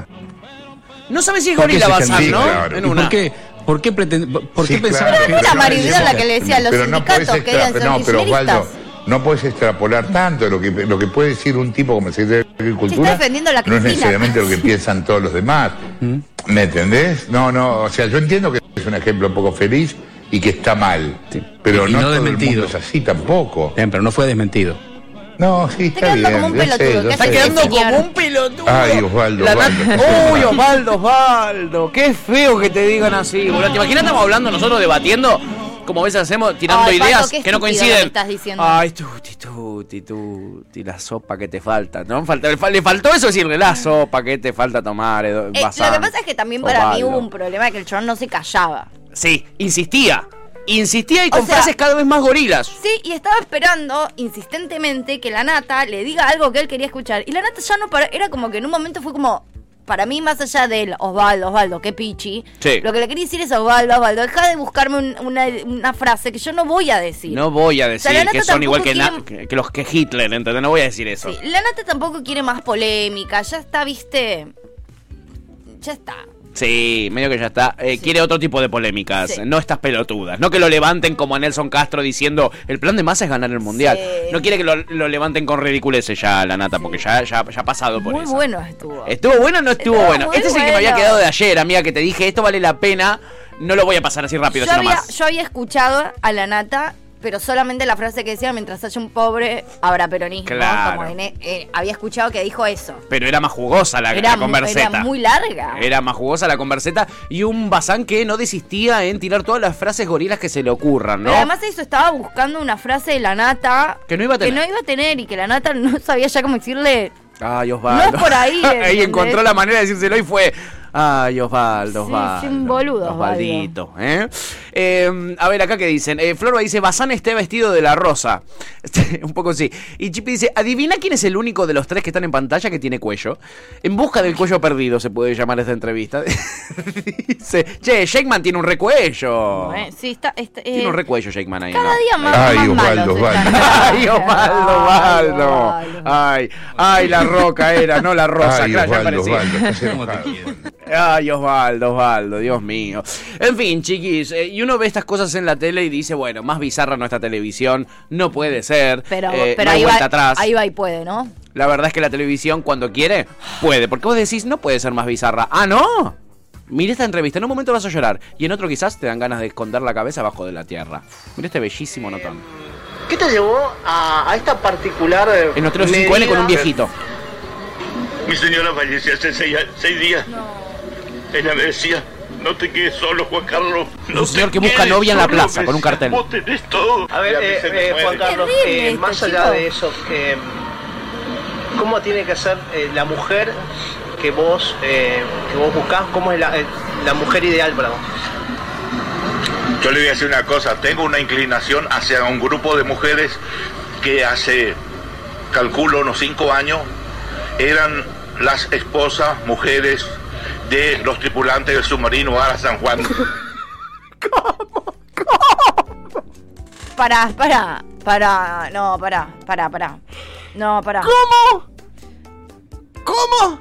No sabes si es ¿Por qué gorila se Bazán, llama- ¿no? Sí, claro. En ¿Y una. ¿Por qué, por qué, pretend- por qué Sí, pensaban claro, que... Pero no era pero Maridón la que le decía a los pero no podés sindicatos que debían extra- ser no, pero kirchneristas. Osvaldo, no puedes extrapolar tanto lo que, lo que puede decir un tipo como el secretario de Agricultura. está defendiendo a la no es Cristina. necesariamente lo que piensan todos los demás. ¿Me entendés? No, no, o sea, yo entiendo que es un ejemplo un poco feliz y que está mal. Pero Y no, no todo el desmentido. mundo es así tampoco. Bien, pero no fue desmentido. No, sí, está quedando bien. como un ya sé, pelotudo, ya ¿qué Está sé. quedando señor? como un pelotudo. Ay, Osvaldo, La Osvaldo. nata- Uy, Osvaldo, Osvaldo. Qué feo que te digan así, boludo. ¿Te imaginas estamos hablando nosotros debatiendo? Como a veces hacemos, tirando Ay, Pato, ideas qué que no estúpido lo coinciden. que estás diciendo. Ay, tuti, tuti, tuti, la sopa que te falta. ¿No? Falta, le fal- le faltó eso decirle, la sopa que te falta tomar. eh, Eh, lo Bazán, que pasa es que también para mí Osvaldo. hubo un problema que el chabón no se callaba. Sí, insistía. Insistía y con O sea, frases cada vez más gorilas. Sí, y estaba esperando insistentemente que la nata le diga algo que él quería escuchar. Y la nata ya no para, era como que en un momento fue como, para mí, más allá del Osvaldo, Osvaldo, qué pichi. Sí. Lo que le quería decir es Osvaldo, Osvaldo, deja de buscarme un- una, una frase que yo no voy a decir. No voy a decir O sea, la nata que son igual tampoco que, na- quiere- que, que los que Hitler, ¿entendés? No voy a decir eso. Sí, la nata tampoco quiere más polémica, ya está, viste. Ya está. Sí, medio que ya está. Eh, Quiere otro tipo de polémicas, Sí. no estas pelotudas. No que lo levanten como a Nelson Castro diciendo el plan de masa es ganar el mundial. Sí. No quiere que lo, lo levanten con ridiculeces ya la nata, porque ya, ya, ya ha pasado por Muy eso. bueno estuvo. ¿Estuvo bueno o no estuvo, Estuvo bueno? muy Este es el que me bueno. había quedado de ayer, amiga, que te dije, esto vale la pena. No lo voy a pasar así rápido, Yo así había, nomás. yo había escuchado a la nata, pero solamente la frase que decía, mientras haya un pobre, habrá peronismo. Claro. Como en, eh, había escuchado que dijo eso. Pero era más jugosa la, Era la mu- converseta. era muy larga. Era más jugosa la converseta y un Bazán que no desistía en tirar todas las frases gorilas que se le ocurran, ¿no? Pero además eso, estaba buscando una frase de la nata Que no iba a tener. que no iba a tener y que la nata no sabía ya cómo decirle. Ay, Osvaldo. No es por ahí, Ahí ¿entendés? encontró la manera de decírselo y fue. Ay, Osvaldo, Sí, Osvaldo. sí, un boludo, Osvaldito, ¿eh? Eh, A ver, acá que dicen. Eh, Florba dice: Bazán esté vestido de la rosa. Este, un poco así. Y Chipi dice: adivina quién es el único de los tres que están en pantalla que tiene cuello. En busca del cuello perdido se puede llamar esta entrevista. Dice: che, Shakeman tiene un recuello. Eh, sí, está. está, eh, Tiene un recuello, Shakeman ahí. cada ¿no? día más, Ay, más Osvaldo, malos Osvaldo. están. Ay, Osvaldo, Osvaldo. Ay, ay, la roca era, no la rosa. Ay, claro, ya Osvaldo, parecía. Osvaldo, estás enojado. Ay, Osvaldo, Osvaldo, Dios mío. En fin, chiquis, eh, y uno ve estas cosas en la tele y dice, bueno, más bizarra nuestra televisión, no puede ser. Pero, eh, pero no hay ahí, vuelta va, atrás. ahí va y puede, ¿no? La verdad es que la televisión, cuando quiere, puede. Porque vos decís, no puede ser más bizarra. Ah, ¿no? Mira esta entrevista, en un momento vas a llorar y en otro quizás te dan ganas de esconder la cabeza abajo de la tierra. Mira este bellísimo notón. ¿Qué te llevó a, a esta particular eh, El notero cinco N con un medida? viejito. Mi señora falleció hace seis, seis días. Ella me decía, no te quedes solo, Juan Carlos. No Un señor te que busca quedes novia en la solo, plaza ves, con un cartel. Vos tenés todo. A ver, Y a mí eh, se me eh, muere. Juan Carlos, Terrible eh, este más allá chico. de eso, eh, ¿cómo tiene que ser eh, la mujer que vos, eh, que vos buscás? ¿Cómo es la, eh, la mujer ideal para vos? Yo le voy a decir una cosa, tengo una inclinación hacia un grupo de mujeres que hace, calculo, unos cinco años, eran las esposas, mujeres de los tripulantes del submarino Ara San Juan. Pará, pará, pará, no, pará, pará, pará. No, pará. ¿Cómo? ¿Cómo?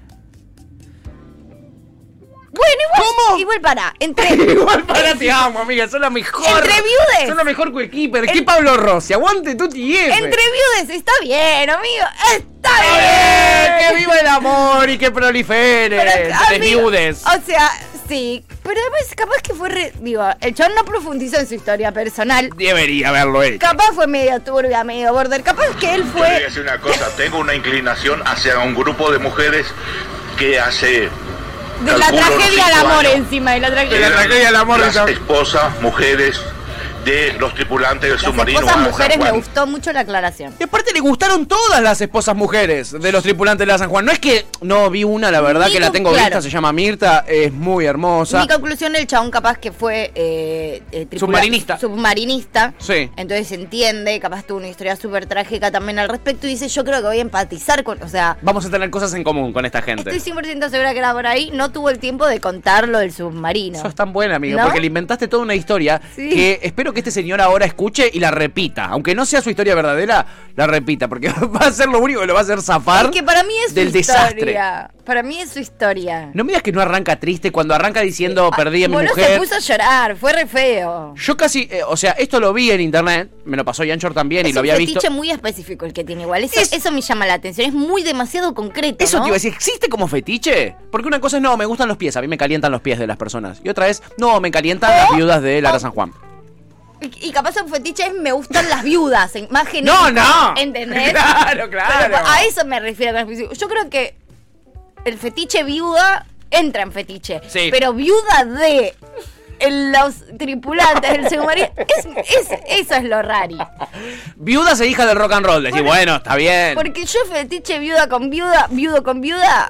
Bueno, igual, ¿Cómo? igual pará. Entre, Igual para te amo, amiga, son la mejor. Entre viudes. Son la mejor coequiper. ¿Qué Pablo Rossi? Aguante tu F. Entre viudes está bien, amigo. Está ¡Eh! bien. ¡Que viva el amor y que prolifere! Pero, Entre amigo, viudes. O sea, sí. Pero además, capaz que fue re. Digo, el chabón no profundizó en su historia personal. Debería haberlo hecho. Capaz fue medio turbia, medio border. Capaz que él Yo le voy a fue. decir una cosa, tengo una inclinación hacia un grupo de mujeres que hace... De la calculo, unos tragedia al cinco amor años, encima. De la tragedia. la eran tragedia del amor, las esa- esposas, mujeres de los tripulantes del Las submarino esposas Ara San mujeres me Juan. gustó mucho la aclaración. Y aparte le gustaron todas las esposas mujeres de los tripulantes de la San Juan. No es que no vi una, la verdad, Mi que la con- tengo claro. vista, se llama Mirta, es muy hermosa. Mi conclusión, el chabón capaz que fue eh, eh, tripula- Submarinista. Submarinista. Sí. Entonces se entiende, capaz tuvo una historia súper trágica también al respecto. Y dice, yo creo que voy a empatizar con... O sea, Vamos a tener cosas en común con esta gente. estoy cien por ciento segura que era por ahí. No tuvo el tiempo de contar lo del submarino. Sos tan buena, amiga, ¿No? porque le inventaste toda una historia Sí. que espero que este señor ahora escuche y la repita. Aunque no sea su historia verdadera, la repita, porque va a ser lo único que lo va a hacer zafar Es que para mí es su del desastre. historia. Para mí es su historia. No me digas que no arranca triste cuando arranca diciendo perdí a mi Boludo, se mujer. puso a llorar. Fue re feo. Yo casi, eh, o sea, esto lo vi en internet, me lo pasó Yanchor también y Es lo un había fetiche visto. muy específico el que tiene igual. Eso, eso me llama la atención. Es muy demasiado concreto. Eso ¿no? te iba a decir, ¿existe como fetiche? Porque una cosa es, no, me gustan los pies, a mí me calientan los pies de las personas. Y otra es, no, me calientan las viudas de Lara San Juan. Y, y capaz un fetiche es me gustan las viudas, en- más genérico. No, no. ¿Entendés? Claro, claro. Pero a eso me refiero con específico. Yo creo que el fetiche viuda entra en fetiche. Sí. Pero viuda de el- los tripulantes del submarino, es, es- eso es lo rari. Viudas e hijas del rock and roll. Decís, bueno, está bien. Porque yo fetiche viuda con viuda, viudo con viuda,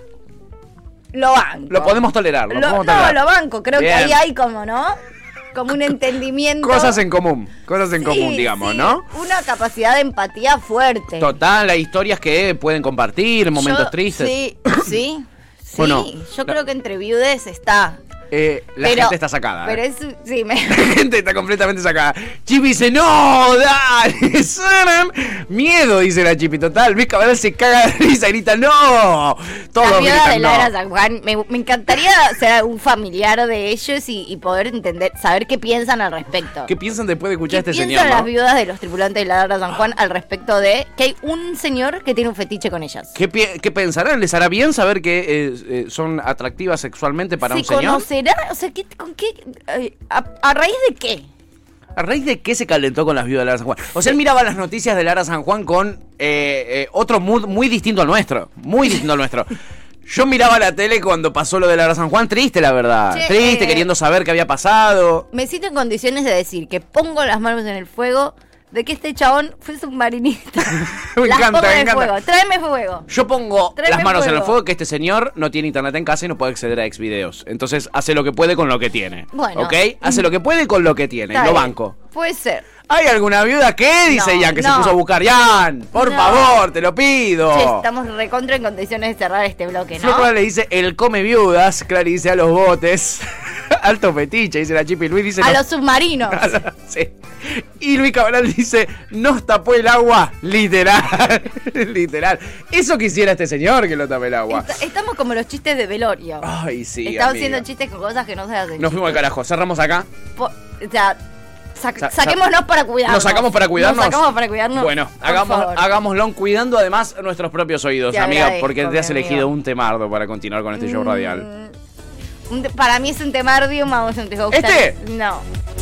lo banco. Lo podemos tolerar, lo, Lo- podemos no, tolerar. lo banco. Creo Bien. que ahí hay como, ¿no? Como un entendimiento. Cosas en común, cosas en Sí, común, digamos, sí, ¿no? Una capacidad de empatía fuerte. Total, hay historias que pueden compartir, momentos Yo- tristes. Sí, sí. Sí, Bueno, yo creo que entre viudes está. Eh, la Pero- gente está sacada. Pero eh. es. Sí, me. La gente está completamente sacada. Chipi dice, no, dale, suenan. Miedo, dice la Chipi, total. Luis Cabral se caga de risa y grita, no. Todos La viuda de gritan, Lara no. San Juan. Me, me encantaría ser un familiar de ellos y, y poder entender, saber qué piensan al respecto. ¿Qué piensan después de escuchar a ¿Qué este piensan señor? las no? viudas de los tripulantes de Lara San Juan al respecto de que hay un señor que tiene un fetiche con ellas? ¿Qué, pi- qué pensarán? ¿Les hará bien saber que eh, eh, son atractivas sexualmente para ¿Se un señor? conocerá? O sea, ¿qué, ¿con qué? eh, a, ¿A raíz de qué? ¿A raíz de qué se calentó con las viudas de Lara San Juan? O sea, él miraba las noticias de Lara San Juan con eh, eh, otro mood muy distinto al nuestro. Muy distinto al nuestro. Yo miraba la tele cuando pasó lo de Lara San Juan, triste la verdad. Che, triste, eh, queriendo saber qué había pasado. Me siento en condiciones de decir que pongo las manos en el fuego de que este chabón fue submarinista. Me Las encanta, pongo me en el encanta. fuego. Tráeme fuego. Yo pongo Tráeme las manos en el fuego. fuego que este señor no tiene internet en casa y no puede acceder a Xvideos. Entonces hace lo que puede con lo que tiene. Bueno. ¿Ok? Hace lo que puede con lo que tiene. Está Y lo bien. banco. Puede ser. ¿Hay alguna viuda que? Dice No, Ian, que se no. puso a buscar. Ian, por No. favor, te lo pido. Che, estamos recontra en condiciones de cerrar este bloque, Flor ¿no? Rueda le dice, el come viudas. Clary dice, a los botes. Alto fetiche, dice la Chipi. Luis dice... A "No". los submarinos. Sí. Y Luis Cabral dice, nos tapó el agua, literal. Literal. Eso quisiera este señor, que lo tape el agua. Est- estamos como los chistes de velorio. Ay, sí, Estamos amiga. haciendo chistes con cosas que no se hacen. Nos fuimos al carajo. Cerramos acá. Po- o sea, sa- Sa- saquémonos para cuidarnos. ¿Nos sacamos para cuidarnos? Nos sacamos para cuidarnos. Bueno, por hagamos, favor. hagámoslo cuidando además nuestros propios oídos, Te amiga, agradezco, porque te mi has amigo. elegido un temardo para continuar con este show Mm, radial. un te- Para mí es un temardium, vamos a un te gusta. ¿Este? No.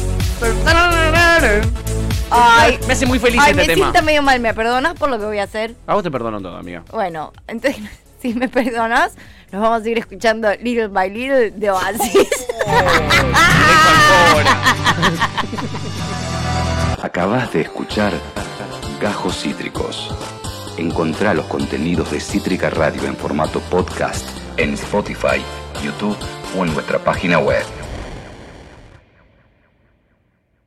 Ay, Me hace muy feliz ay, este me tema. sienta medio mal, ¿me perdonas por lo que voy a hacer? A vos te perdono todo, amiga. Bueno, entonces si me perdonas, nos vamos a ir escuchando Little by Little de Oasis. Acabas de escuchar Gajos Cítricos. Encontrá los contenidos de Cítrica Radio en formato podcast en Spotify, YouTube o en nuestra página web.